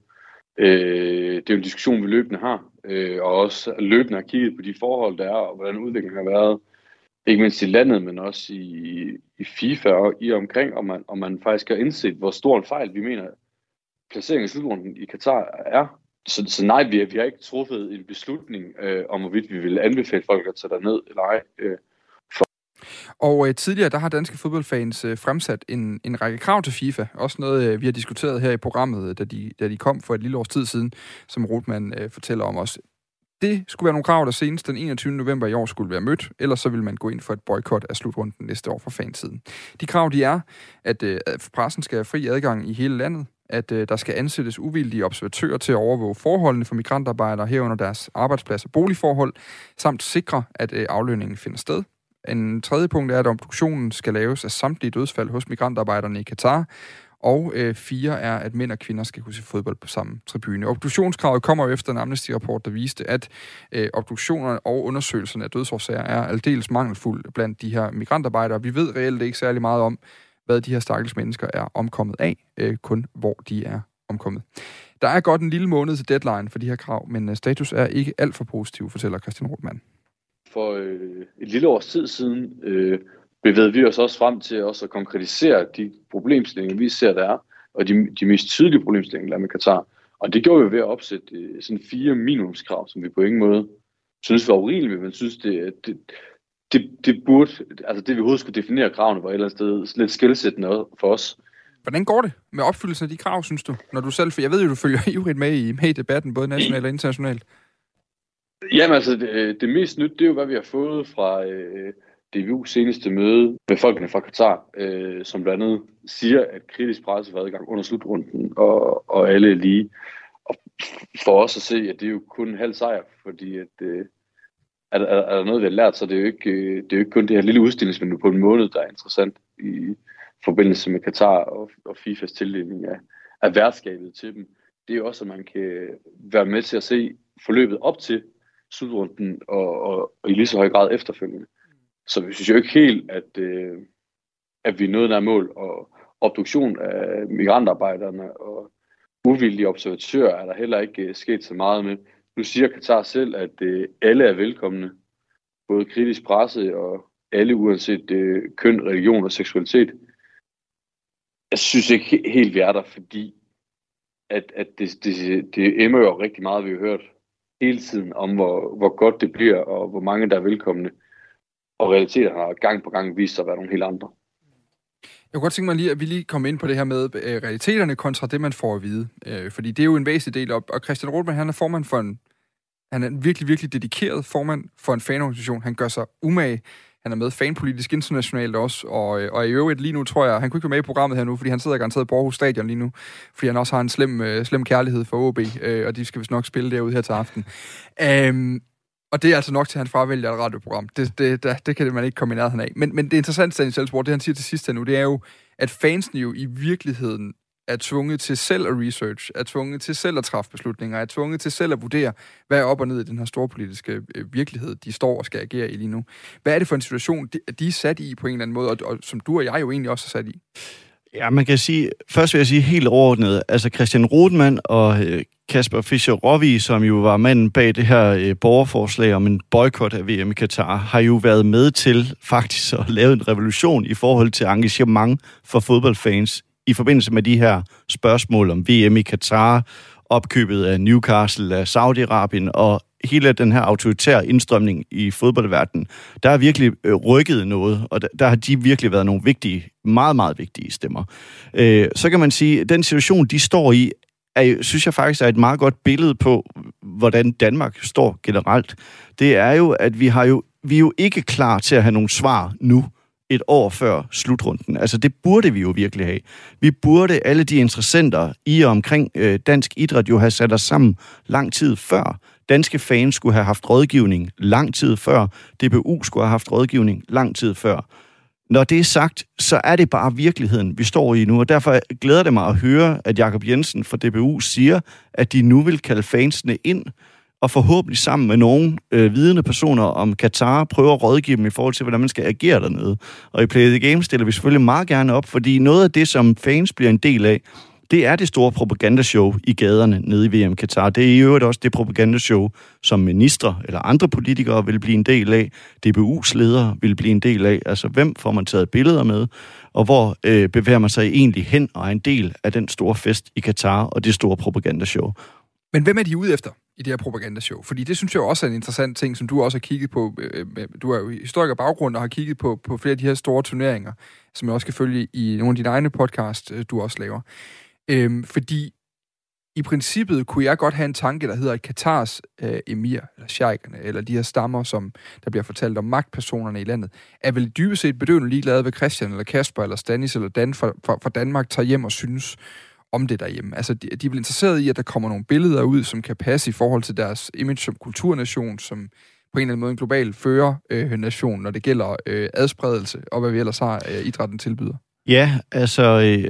Øh, det er jo en diskussion, vi løbende har, øh, og også løbende har kigget på de forhold, der er, og hvordan udviklingen har været. Ikke mindst i landet, men også i, i FIFA og i omkring, og man, og man faktisk har indset, hvor stor en fejl vi mener, placeringen i slutrunden i Katar er. Så, så nej, vi, vi har ikke truffet en beslutning øh, om, hvorvidt vi vil anbefale folk at tage derned eller ej. Øh, for. Og øh, tidligere, der har danske fodboldfans øh, fremsat en, en række krav til FIFA. Også noget, øh, vi har diskuteret her i programmet, da de, da de kom for et lille års tid siden, som Rothmann øh, fortæller om os. Det skulle være nogle krav, der senest den enogtyvende november i år skulle være mødt, ellers så vil man gå ind for et boykot af slutrunden næste år fra fansiden. De krav, de er, at øh, pressen skal have fri adgang i hele landet, at øh, der skal ansættes uvildige observatører til at overvåge forholdene for migrantarbejdere herunder deres arbejdsplads og boligforhold, samt sikre, at øh, aflønningen finder sted. En tredje punkt er, at obduktionen skal laves af samtlige dødsfald hos migrantarbejderne i Katar. Og øh, fire er, at mænd og kvinder skal kunne se fodbold på samme tribune. Obduktionskravet kommer jo efter en Amnesty-rapport, der viste, at øh, obduktionerne og undersøgelserne af dødsårsager er aldeles mangelfulde blandt de her migrantarbejdere. Vi ved reelt ikke særlig meget om, hvad de her stakkels mennesker er omkommet af, øh, kun hvor de er omkommet. Der er godt en lille måned til deadline for de her krav, men øh, status er ikke alt for positiv, fortæller Christian Rothmann. For øh, et lille års tid siden øh, bevægede vi os også frem til også at konkretisere de problemstillinger, vi ser, der er, og de, de mest tydelige problemstillinger, der med Katar. Og det gjorde vi ved at opsætte øh, sådan fire minimumskrav, som vi på ingen måde synes var urimeligt, men synes, det, det, det, det burde, altså det vi overhovedet skulle definere kravene, var et eller andet sted lidt skelsættende for os. Hvordan går det med opfyldelsen af de krav, synes du? Når du selv, for jeg ved jo, du følger ivrigt med i, med i debatten, både nationalt og internationalt. Jamen altså, det, det mest nyt, det er jo, hvad vi har fået fra øh, D B U's seneste møde med folkene fra Katar, øh, som blandt andet siger, at kritisk presse var adgang under slutrunden, og, og alle er lige. Og for os at se, at det er jo kun en halv sejr, fordi at, øh, er, er, er der noget, vi har lært, så det er jo ikke, øh, det er jo ikke kun det her lille udstillingsvindue på en måned, der er interessant i forbindelse med Katar og, og FIFAs tildeling af, af værtskabet til dem. Det er jo også, at man kan være med til at se forløbet op til slutrunden og, og, og i lige så høj grad efterfølgende. Så vi synes jo ikke helt, at, øh, at vi er nået der mål, og obduktion af migrantarbejderne og uvildige observatører er der heller ikke øh, sket så meget med. Nu siger Katar selv, at øh, alle er velkomne, både kritisk presse og alle uanset øh, køn, religion og seksualitet. Jeg synes ikke helt, vi er der, fordi at, at det, det, det emmer jo rigtig meget, vi har hørt hele tiden om, hvor, hvor godt det bliver, og hvor mange der er velkomne. Og realiteterne har gang på gang vist sig at være nogle helt andre. Jeg kunne godt tænke mig lige, at vi lige kommer ind på det her med øh, realiteterne kontra det, man får at vide. Øh, fordi det er jo en væsentlig del op. Og Christian Rothmann, han er formand for en, han er en virkelig, virkelig dedikeret formand for en fanorganisation. Han gør sig umage. Han er med fanpolitisk internationalt også, og, og i øvrigt lige nu tror jeg, han kunne ikke være med i programmet her nu, fordi han sidder garanteret på Aarhus Stadion lige nu, fordi han også har en slem, øh, slem kærlighed for O B, øh, og de skal vist nok spille derude her til aften. Um, og det er altså nok til, at han fravælger et radioprogram. Det, det, det, det kan man ikke komme i nærheden af. Men, men det interessante, Stanis Elsborg, det han siger til sidst her nu, det er jo, at fansene jo i virkeligheden er tvunget til selv at research, er tvunget til selv at træffe beslutninger, er tvunget til selv at vurdere, hvad er op og ned i den her store politiske øh, virkelighed, de står og skal agere i lige nu. Hvad er det for en situation, de, de er sat i på en eller anden måde, og, og som du og jeg jo egentlig også er sat i? Ja, man kan sige, først vil jeg sige helt overordnet, altså Christian Rothmann og øh, Kasper Fischer-Rovig, som jo var manden bag det her øh, borgerforslag om en boykot af V M i Katar, har jo været med til faktisk at lave en revolution i forhold til engagement for fodboldfans i forbindelse med de her spørgsmål om V M i Katar, opkøbet af Newcastle, af Saudi-Arabien og hele den her autoritære indstrømning i fodboldverdenen. Der er virkelig øh, rykket noget, og der, der har de virkelig været nogle vigtige, meget, meget vigtige stemmer. Øh, så kan man sige, at den situation, de står i, er, synes jeg faktisk er et meget godt billede på, hvordan Danmark står generelt. Det er jo, at vi, har jo, vi er jo ikke klar til at have nogle svar nu, et år før slutrunden. Altså, det burde vi jo virkelig have. Vi burde alle de interessenter i og omkring øh, dansk idræt jo have sat os sammen lang tid før. Danske fans skulle have haft rådgivning lang tid før. D B U skulle have haft rådgivning lang tid før. Når det er sagt, så er det bare virkeligheden, vi står i nu, og derfor glæder det mig at høre, at Jakob Jensen fra D B U siger, at de nu vil kalde fansene ind, og forhåbentlig sammen med nogle øh, vidende personer om Katar prøver at rådgive dem i forhold til, hvordan man skal agere dernede. Og i Play the Game stiller vi selvfølgelig meget gerne op, fordi noget af det, som fans bliver en del af, det er det store propagandashow i gaderne nede i V M Katar. Det er i øvrigt også det propagandashow, som ministre eller andre politikere vil blive en del af. D B U's ledere vil blive en del af. Altså, hvem får man taget billeder med? Og hvor øh, bevæger man sig egentlig hen og er en del af den store fest i Katar og det store propagandashow? Men hvem er de ude efter i det her propagandashow? Fordi det synes jeg også er en interessant ting, som du også har kigget på. Du er jo historiker baggrund og har kigget på, på flere af de her store turneringer, som jeg også kan følge i nogle af dine egne podcast, du også laver. Øhm, fordi i princippet kunne jeg godt have en tanke, der hedder, at Katars øh, emir, eller sheikherne, eller de her stammer, som der bliver fortalt om magtpersonerne i landet, er vel dybest set bedøvende ligeglade ved Christian, eller Kasper, eller Stanis, eller Dan fra, fra, fra Danmark tager hjem og synes, om det derhjemme. Altså, de, de er vel interesserede i, at der kommer nogle billeder ud, som kan passe i forhold til deres image som kulturnation, som på en eller anden måde en global førernation, når det gælder øh, adspredelse, og hvad vi ellers har, øh, idrætten tilbyder. Ja, altså, øh,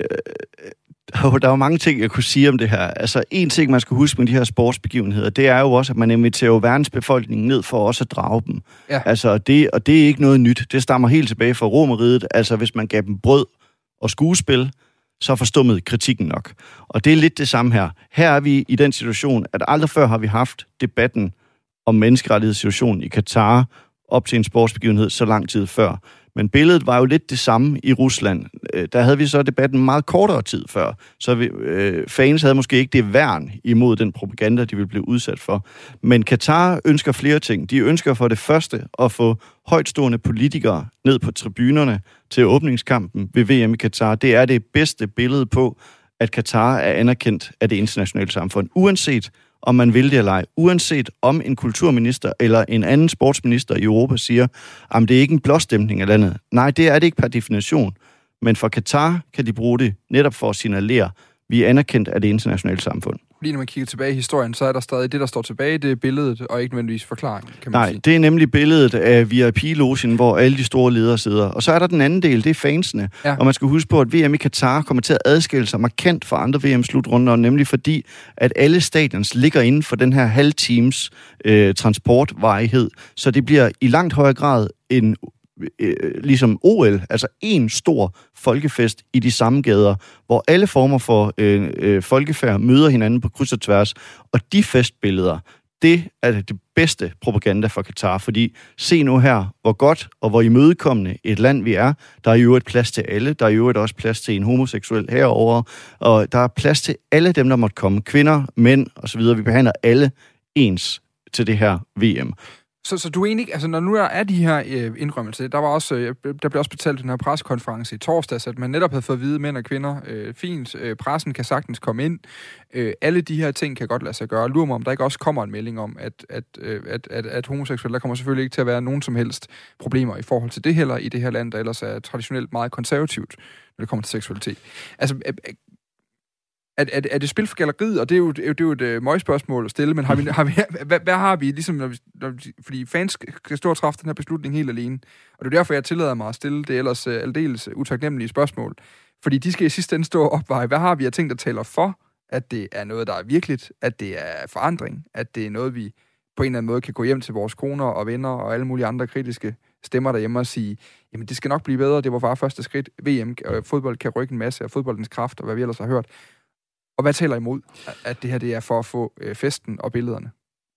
der er jo mange ting, jeg kunne sige om det her. Altså, en ting, man skal huske med de her sportsbegivenheder, det er jo også, at man inviterer jo verdensbefolkningen ned for også at drage dem. Ja. Altså, det, og det er ikke noget nyt. Det stammer helt tilbage fra Romerriget. Altså, hvis man gav dem brød og skuespil, så forstummede kritikken nok. Og det er lidt det samme her. Her er vi i den situation, at aldrig før har vi haft debatten om menneskerettighedssituationen i Katar op til en sportsbegivenhed så lang tid før. Men billedet var jo lidt det samme i Rusland. Der havde vi så debatten meget kortere tid før, så vi, øh, fans havde måske ikke det værn imod den propaganda, de ville blive udsat for. Men Katar ønsker flere ting. De ønsker for det første at få højtstående politikere ned på tribunerne til åbningskampen ved V M i Katar. Det er det bedste billede på, at Katar er anerkendt af det internationale samfund, uanset om man vil det eller ej, uanset om en kulturminister eller en anden sportsminister i Europa siger, at det er ikke en blåstemning af landet. Nej, det er det ikke per definition. Men for Katar kan de bruge det netop for at signalere, at vi er anerkendt af det internationale samfund. Fordi når man kigger tilbage i historien, så er der stadig det, der står tilbage, det er billedet, og ikke nødvendigvis forklaringen, kan man Nej, sige. det er nemlig billedet af V I P-logen, hvor alle de store ledere sidder. Og så er der den anden del, det er fansene. Ja. Og man skal huske på, at V M i Katar kommer til at adskille sig markant fra andre V M-slutrunder, nemlig fordi, at alle stadions ligger inden for den her halvtimes øh, transportvarighed. Så det bliver i langt højere grad en ligesom O L, altså en stor folkefest i de samme gader, hvor alle former for øh, øh, folkefærd møder hinanden på kryds og tværs, og de festbilleder, det er det bedste propaganda for Katar, fordi se nu her, hvor godt og hvor imødekommende et land vi er. Der er jo et plads til alle, der er jo også plads til en homoseksuel herover, og der er plads til alle dem, der måtte komme, kvinder, mænd osv. Vi behandler alle ens til det her V M. Så, så du er egentlig, altså når nu er de her øh, indrømmelser, der var også, øh, der blev også betalt den her pressekonference i torsdags, at man netop havde fået at vide, mænd og kvinder, øh, fint, øh, pressen kan sagtens komme ind, øh, alle de her ting kan godt lade sig gøre. Lurer mig, om der ikke også kommer en melding om, at, at, øh, at, at, at homoseksuelle, der kommer selvfølgelig ikke til at være nogen som helst problemer i forhold til det heller i det her land, der ellers er traditionelt meget konservativt, når det kommer til seksualitet. Altså, øh, Er, er, er det spil for galleriet, og det er jo, det er jo et øh, møgspørgsmål at stille, men har vi, har vi, hvad, hvad har vi, ligesom, når vi, når vi, fordi fans skal stå og træffe den her beslutning helt alene, og det er derfor, jeg tillader mig at stille det ellers øh, aldeles utaknemmelige spørgsmål, fordi de skal i sidste ende stå og opveje, hvad har vi af ting, der taler for, at det er noget, der er virkeligt, at det er forandring, at det er noget, vi på en eller anden måde kan gå hjem til vores koner og venner og alle mulige andre kritiske stemmer derhjemme og sige, jamen det skal nok blive bedre, det var bare første skridt, V M, og fodbold kan rykke en masse, og fodboldens kraft, og hvad vi ellers har hørt. Og hvad taler imod, at det her det er for at få øh, festen og billederne?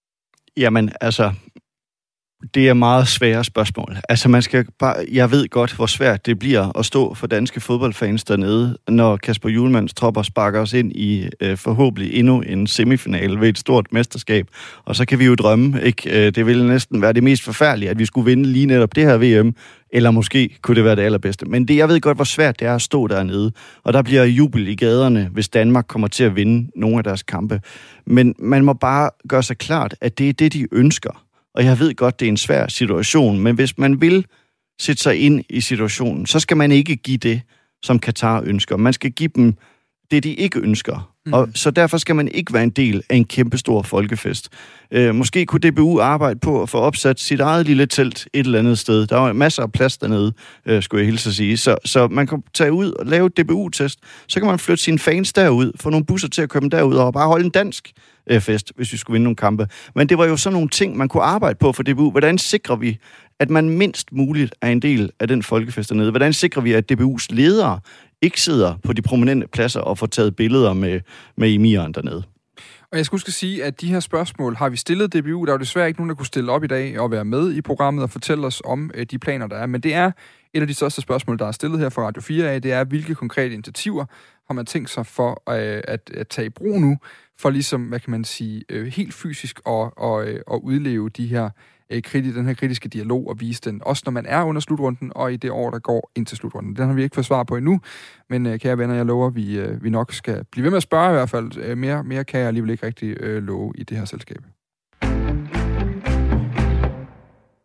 Jamen, altså, det er meget svære spørgsmål. Altså, man skal bare, jeg ved godt, hvor svært det bliver at stå for danske fodboldfans dernede, når Kasper Hjulmands tropper sparker os ind i øh, forhåbentlig endnu en semifinale ved et stort mesterskab. Og så kan vi jo drømme, ikke? Det ville næsten være det mest forfærdelige, at vi skulle vinde lige netop det her V M, eller måske kunne det være det allerbedste. Men det, jeg ved godt, hvor svært det er at stå dernede, og der bliver jubel i gaderne, hvis Danmark kommer til at vinde nogle af deres kampe. Men man må bare gøre sig klart, at det er det, de ønsker. Og jeg ved godt, det er en svær situation, men hvis man vil sætte sig ind i situationen, så skal man ikke give det, som Katar ønsker. Man skal give dem det, de ikke ønsker. Mm. Og så derfor skal man ikke være en del af en kæmpestor folkefest. Øh, måske kunne D B U arbejde på at få opsat sit eget lille telt et eller andet sted. Der var masser af plads dernede, øh, skulle jeg hilse at sige. Så, så man kan tage ud og lave et D B U-test. Så kan man flytte sine fans derud, få nogle busser til at køre dem derud og bare holde en dansk øh, fest, hvis vi skulle vinde nogle kampe. Men det var jo sådan nogle ting, man kunne arbejde på for D B U. Hvordan sikrer vi, at man mindst muligt er en del af den folkefest dernede? Hvordan sikrer vi, at D B U's ledere ikke sidder på de prominente pladser og får taget billeder med, med emiren dernede? Og jeg skal huske at sige, at de her spørgsmål har vi stillet D B U. Der er jo desværre ikke nogen, der kunne stille op i dag og være med i programmet og fortælle os om øh, de planer, der er. Men det er et af de største spørgsmål, der er stillet her fra Radio fire af. Det er, hvilke konkrete initiativer har man tænkt sig for øh, at, at tage i brug nu, for ligesom, hvad kan man sige, øh, helt fysisk at, og, øh, at udleve de her kriti, den her kritiske dialog og vise den, også når man er under slutrunden og i det år, der går ind til slutrunden. Den har vi ikke fået svar på endnu, men kære venner, jeg lover, vi, vi nok skal blive ved med at spørge i hvert fald. Mere, mere kan jeg alligevel ikke rigtig øh, love i det her selskab.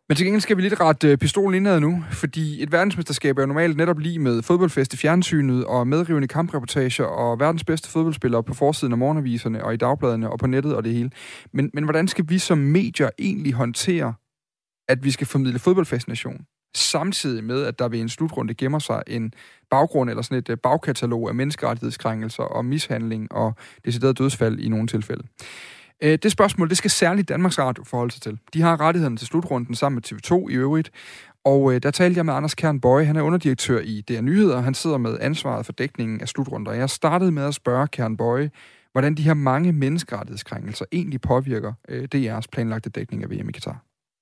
Men til gengæld skal vi lidt rette pistolen indad nu, fordi et verdensmesterskab er jo normalt netop lige med fodboldfest i fjernsynet og medrivende kampreportager og verdens bedste fodboldspillere på forsiden af morgenaviserne og i dagbladene og på nettet og det hele. Men, men hvordan skal vi som medier egentlig håndtere, at vi skal formidle fodboldfascination, samtidig med, at der ved en slutrunde gemmer sig en baggrund eller sådan et bagkatalog af menneskerettighedskrænkelser og mishandling og decideret dødsfald i nogle tilfælde? Det spørgsmål, det skal særligt Danmarks Radio forholde sig til. De har rettighederne til slutrunden sammen med T V to i øvrigt. Og der talte jeg med Anders Kern Boye. Han er underdirektør i D R Nyheder. Han sidder med ansvaret for dækningen af slutrunder. Jeg startede med at spørge Kern Boye, hvordan de her mange menneskerettighedskrænkelser egentlig påvirker D R's planlagte dækning af V M i Katar.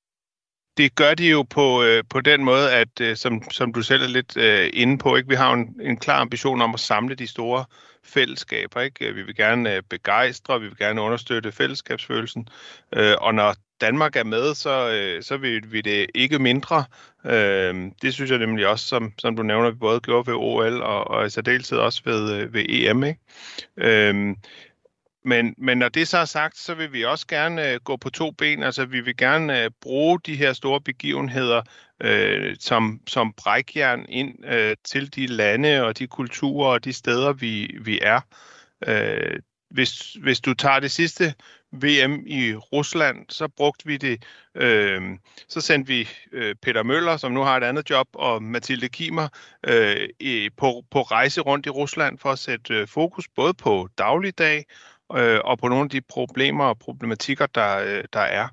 Det gør de jo på, øh, på den måde, at øh, som, som du selv er lidt øh, inde på, ikke? Vi har jo en, en klar ambition om at samle de store fællesskaber. Ikke? Vi vil gerne øh, begejstre, vi vil gerne understøtte fællesskabsfølelsen, øh, og når Danmark er med, så, øh, så vil vi det ikke mindre. Øh, det synes jeg nemlig også, som, som du nævner, vi både gjorde ved O L og, og i særdeleshed også ved, øh, ved E M. Ikke? Øh, Men, men når det så er sagt, så vil vi også gerne øh, gå på to ben. Altså, vi vil gerne øh, bruge de her store begivenheder øh, som, som brækjern ind øh, til de lande og de kulturer og de steder, vi, vi er. Øh, hvis, hvis du tager det sidste V M i Rusland, så brugte vi det. Øh, så sendte vi øh, Peter Møller, som nu har et andet job, og Mathilde Kimer øh, i, på, på rejse rundt i Rusland for at sætte øh, fokus både på dagligdag og på nogle af de problemer og problematikker, der, der er.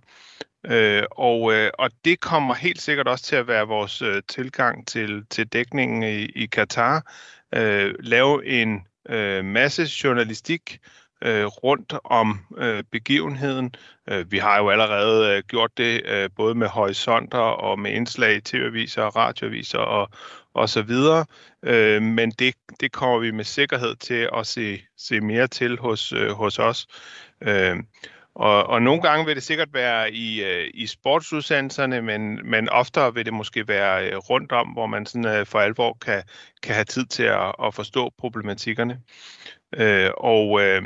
Og, og det kommer helt sikkert også til at være vores tilgang til, til dækningen i, i Katar. Lave en masse journalistik rundt om begivenheden. Vi har jo allerede gjort det både med horisonter og med indslag i T V-aviser og radioaviser og, og så videre. Øh, men det, det kommer vi med sikkerhed til at se, se mere til hos, øh, hos os. Øh, og, og nogle gange vil det sikkert være i, øh, i sportsudsendelserne, men, men oftere vil det måske være øh, rundt om, hvor man sådan, øh, for alvor kan, kan have tid til at, at forstå problematikkerne. Øh, og øh,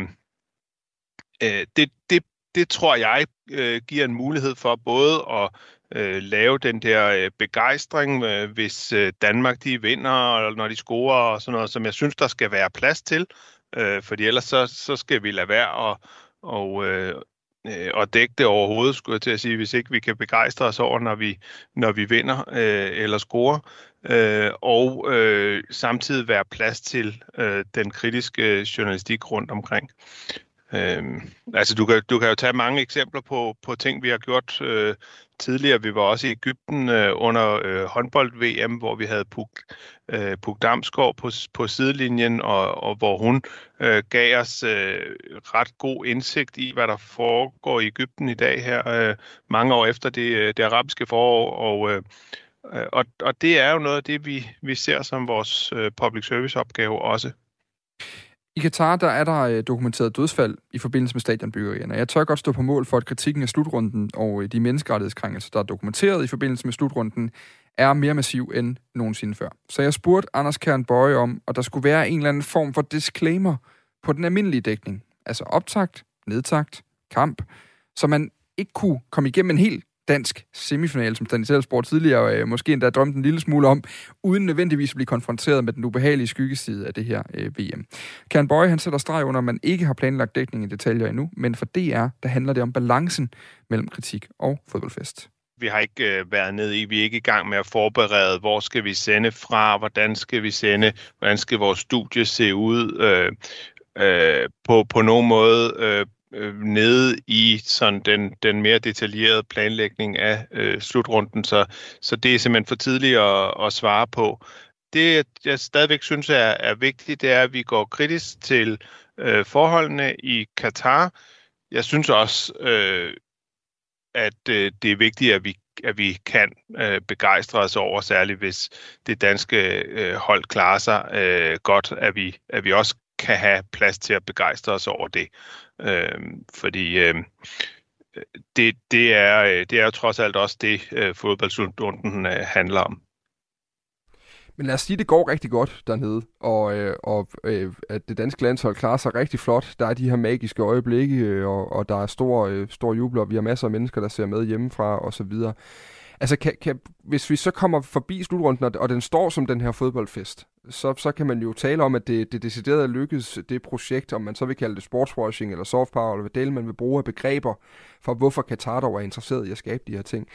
øh, det, det, det tror jeg øh, giver en mulighed for både at Øh, lave den der øh, begejstring, øh, hvis øh, Danmark de vinder, eller når de scorer og sådan noget, som jeg synes, der skal være plads til. Øh, fordi ellers så, så skal vi lade være og, og, øh, øh, og dække det overhovedet, skulle jeg til at sige, hvis ikke vi kan begejstre os over, når vi, når vi vinder øh, eller scorer. Øh, og øh, samtidig være plads til øh, den kritiske journalistik rundt omkring. Øhm, altså du kan, du kan jo tage mange eksempler på, på ting, vi har gjort øh, tidligere. Vi var også i Egypten øh, under øh, håndbold-V M, hvor vi havde Puk, øh, Puk Damsgaard på, på sidelinjen, og, og hvor hun øh, gav os øh, ret god indsigt i, hvad der foregår i Egypten i dag her, øh, mange år efter det, det arabiske forår. Og, øh, og, og det er jo noget af det, vi, vi ser som vores øh, public service opgave også. I Katar, der er der dokumenteret dødsfald i forbindelse med stadionbyggerierne. Jeg tør godt stå på mål for, at kritikken af slutrunden og de menneskerettighedskrænkelser, der er dokumenteret i forbindelse med slutrunden, er mere massiv end nogensinde før. Så jeg spurgte Anders Kern Boye om, at der skulle være en eller anden form for disclaimer på den almindelige dækning. Altså optakt, nedtakt, kamp, så man ikke kunne komme igennem en helt dansk semifinale, som Stanislavski Sport tidligere øh, måske endda drømte en lille smule om, uden nødvendigvis at blive konfronteret med den ubehagelige skyggeside af det her øh, V M. Kern Boye, han sætter streg under, at man ikke har planlagt dækning i detaljer endnu, men for D R, der handler det om balancen mellem kritik og fodboldfest. Vi har ikke øh, været nede i, vi er ikke i gang med at forberede, hvor skal vi sende fra, hvordan skal vi sende, hvordan skal vores studie se ud, øh, øh, på, på nogen måde øh, nede i sådan den, den mere detaljerede planlægning af øh, slutrunden, så, så det er simpelthen for tidligt at, at svare på. Det, jeg stadigvæk synes er, er vigtigt, det er, at vi går kritisk til øh, forholdene i Katar. Jeg synes også, øh, at øh, det er vigtigt, at vi, at vi kan øh, begejstre os over, særligt hvis det danske øh, hold klarer sig øh, godt, at vi, at vi også kan have plads til at begejstre os over det. Øh, fordi øh, det, det, er, det er jo trods alt også det, øh, fodboldslunden øh, handler om. Men lad os sige, at det går rigtig godt dernede, og, øh, og øh, at det danske landshold klarer sig rigtig flot. Der er de her magiske øjeblikke, øh, og, og der er stor, øh, stor jubel, og vi har masser af mennesker, der ser med hjemmefra osv. Altså, kan, kan, hvis vi så kommer forbi slutrunden, og, og den står som den her fodboldfest, så, så kan man jo tale om, at det, det decideret lykkes, det projekt, om man så vil kalde det sportswashing eller soft power, eller hvad del man vil bruge af begreber for, hvorfor Katar dog er interesseret i at skabe de her ting.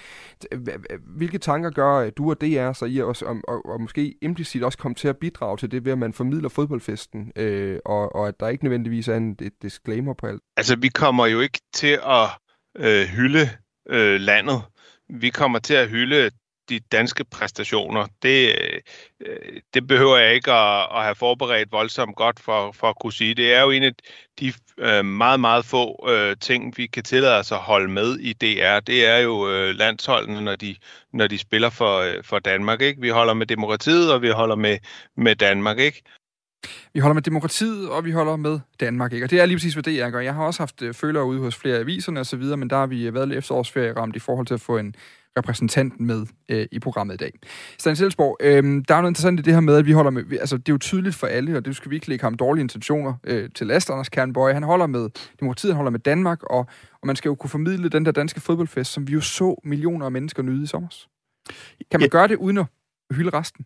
Hvilke tanker gør du og D R så i os, og, og, og måske implicit også komme til at bidrage til det, ved at man formidler fodboldfesten, øh, og, og at der ikke nødvendigvis er en, et disclaimer på alt? Altså, vi kommer jo ikke til at øh, hylde øh, landet. Vi kommer til at hylde de danske præstationer. Det, det behøver jeg ikke at, at have forberedt voldsomt godt for, for at kunne sige. Det er jo en af de øh, meget, meget få øh, ting, vi kan tillade os at holde med i D R. Det er jo øh, landsholdene, når de, når de spiller for, øh, for Danmark. Ikke? Vi holder med demokratiet, og vi holder med, med Danmark. Ikke? Vi holder med demokratiet, og vi holder med Danmark, ikke? Og det er lige præcis, hvad det er, gør. Jeg har også haft følere ude hos flere aviserne og så videre, men der har vi været lidt efterårsferie ramt i forhold til at få en repræsentant med øh, i programmet i dag. Stanis Elsborg, øh, der er noget interessant i det her med, at vi holder med, altså det er jo tydeligt for alle, og det skal vi ikke lægge ham dårlige intentioner øh, til last, Anders Kernbøje. Han holder med demokratiet, han holder med Danmark, og, og man skal jo kunne formidle den der danske fodboldfest, som vi jo så millioner af mennesker nyde i sommer. Kan man ja. gøre det uden at hylde resten?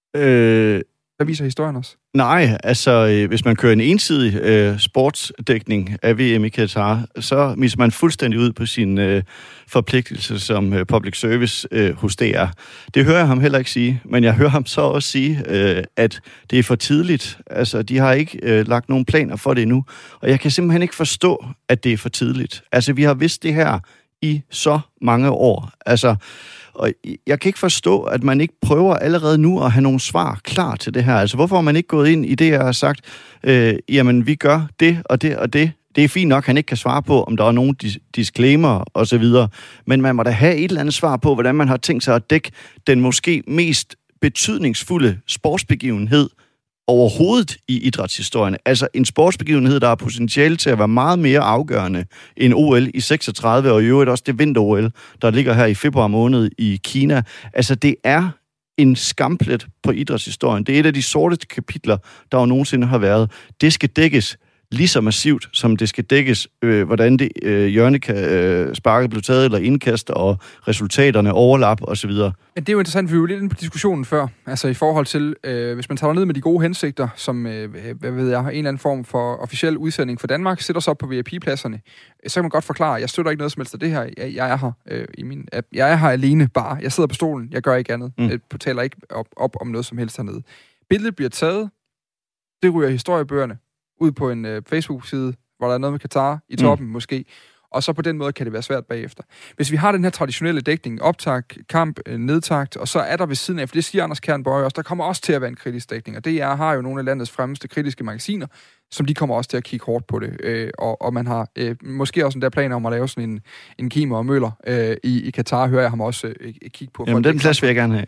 Øh... Hvad viser historien også? Nej, altså øh, hvis man kører en ensidig øh, sportsdækning af V M i Katar, så misser man fuldstændig ud på sin øh, forpligtelse som øh, public service øh, hos D R. Det hører jeg ham heller ikke sige, men jeg hører ham så også sige, øh, at det er for tidligt. Altså, de har ikke øh, lagt nogen planer for det endnu, og jeg kan simpelthen ikke forstå, at det er for tidligt. Altså, vi har vidst det her i så mange år. Altså, og jeg kan ikke forstå, at man ikke prøver allerede nu at have nogle svar klar til det her. Altså, hvorfor har man ikke gået ind i det, jeg har sagt, øh, jamen, vi gør det og det og det. Det er fint nok, at han ikke kan svare på, om der er nogen dis- disclaimer og så videre. Men man må da have et eller andet svar på, hvordan man har tænkt sig at dække den måske mest betydningsfulde sportsbegivenhed overhovedet i idrætshistorien. Altså en sportsbegivenhed, der har potentiale til at være meget mere afgørende end O L i seksogtredive, og i øvrigt også det vinter-O L, der ligger her i februar måned i Kina. Altså det er en skamplet på idrætshistorien. Det er et af de sorteste kapitler, der jo nogensinde har været. Det skal dækkes lige så massivt, som det skal dækkes, øh, hvordan det øh, hjørnesparket øh, blev taget, eller indkast, og resultaterne, overlap osv. Men det er jo interessant, for vi var lidt inde på diskussionen før, altså i forhold til, øh, hvis man tager ned med de gode hensigter, som, øh, hvad ved jeg, en eller anden form for officiel udsending for Danmark, sætter sig op på V I P-pladserne, så kan man godt forklare, jeg støtter ikke noget som helst af det her, jeg, jeg er her øh, i min app. Jeg er her alene bare, jeg sidder på stolen, jeg gør ikke andet, mm. jeg taler ikke op, op om noget som helst hernede. Billedet bliver taget, det ryger historiebøgerne, ud på en øh, Facebook-side, hvor der er noget med Katar i toppen mm. måske, og så på den måde kan det være svært bagefter. Hvis vi har den her traditionelle dækning, optakt, kamp, øh, nedtakt, og så er der ved siden af, for det siger Anders Kernbøje også, der kommer også til at være en kritisk dækning, og D R har jo nogle af landets fremmeste kritiske magasiner, som de kommer også til at kigge hårdt på det. Øh, og, og man har øh, måske også en der planer om at lave sådan en, en Kim og Møller øh, i, i Katar, hører jeg ham også øh, kigge på. Jamen, den plads vil jeg gerne have.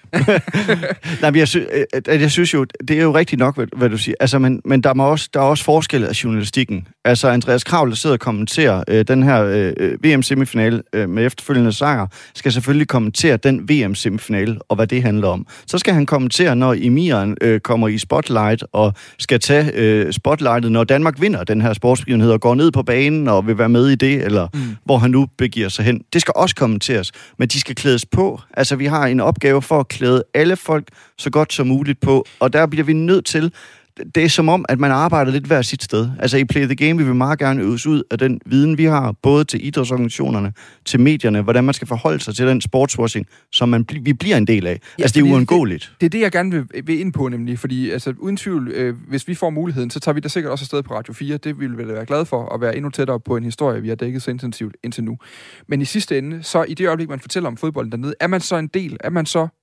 Nej, men jeg, sy- jeg synes jo, det er jo rigtigt nok, hvad, hvad du siger. Altså, men, men der, må også, der er også forskel af journalistikken. Altså, Andreas Kraul, der sidder og kommenterer øh, den her øh, V M-semifinale øh, med efterfølgende sejr, skal selvfølgelig kommentere den V M-semifinale, og hvad det handler om. Så skal han kommentere, når Emiren øh, kommer i spotlight, og skal tage øh, spotlightet, når Danmark vinder den her sportsbegivenhed og går ned på banen og vil være med i det, eller mm. hvor han nu begiver sig hen. Det skal også kommenteres, men de skal klædes på. Altså, vi har en opgave for at klæde alle folk så godt som muligt på, og der bliver vi nødt til. Det er som om, at man arbejder lidt hver sit sted. Altså i Play the Game vil vi meget gerne øves ud af den viden, vi har, både til idrætsorganisationerne, til medierne, hvordan man skal forholde sig til den sportswashing, som man bl- vi bliver en del af. Ja, altså det er uundgåeligt. Det, det er det, jeg gerne vil, vil ind på, nemlig, fordi altså, uden tvivl, øh, hvis vi får muligheden, så tager vi da sikkert også afsted på Radio fire. Det vil vi være glade for, at være endnu tættere på en historie, vi har dækket så intensivt indtil nu. Men i sidste ende, så i det øjeblik, man fortæller om fodbolden dernede, er man så en del, er man så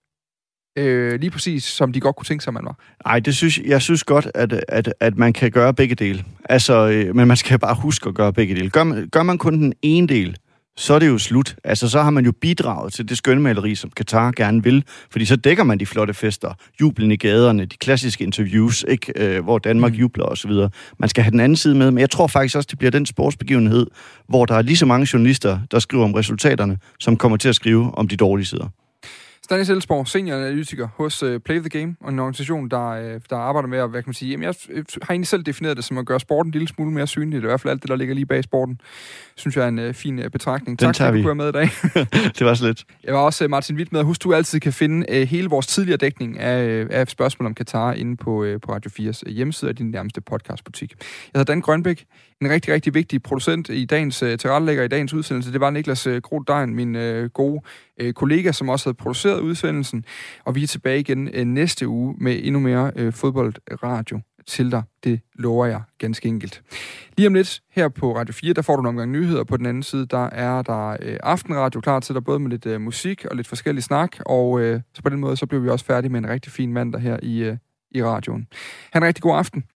Øh, lige præcis, som de godt kunne tænke sig, man var? Nej, det synes, jeg synes godt, at, at, at man kan gøre begge dele. Altså, øh, men man skal bare huske at gøre begge dele. Gør man, gør man kun den ene del, så er det jo slut. Altså, så har man jo bidraget til det skønmaleri, som Katar gerne vil, fordi så dækker man de flotte fester, jublen i gaderne, de klassiske interviews, ikke, øh, hvor Danmark mm. jubler osv. Man skal have den anden side med, men jeg tror faktisk også, det bliver den sportsbegivenhed, hvor der er lige så mange journalister, der skriver om resultaterne, som kommer til at skrive om de dårlige sider. Stanis Elsborg, senioranalytiker hos uh, Play the Game, og en organisation, der, uh, der arbejder med at, hvad kan man sige, jamen jeg har egentlig selv defineret det som at gøre sporten en lille smule mere synligt, i hvert fald alt det, der ligger lige bag sporten, synes jeg er en uh, fin uh, betragtning. Den tak, fordi du kunne være med i dag. Det var så lidt. Jeg var også uh, Martin Witt med. Husk, du altid kan finde uh, hele vores tidligere dækning af, uh, af spørgsmål om Katar inde på, uh, på Radio fires uh, hjemmeside og din nærmeste podcastbutik. Jeg hedder Dan Grønbæk, en rigtig, rigtig vigtig producent i dagens uh, tilrettelægger i dagens udsendelse. Det var Niklas uh, Groth-Dein, min uh, gode uh, kollega, som også havde produceret udsendelsen. Og vi er tilbage igen uh, næste uge med endnu mere uh, fodboldradio til dig. Det lover jeg ganske enkelt. Lige om lidt her på Radio fire, der får du en omgang nyheder. På den anden side, der er der uh, aftenradio klar til dig, både med lidt uh, musik og lidt forskellig snak. Og uh, så på den måde, så bliver vi også færdige med en rigtig fin mandag her i, uh, i radioen. Ha' en rigtig god aften.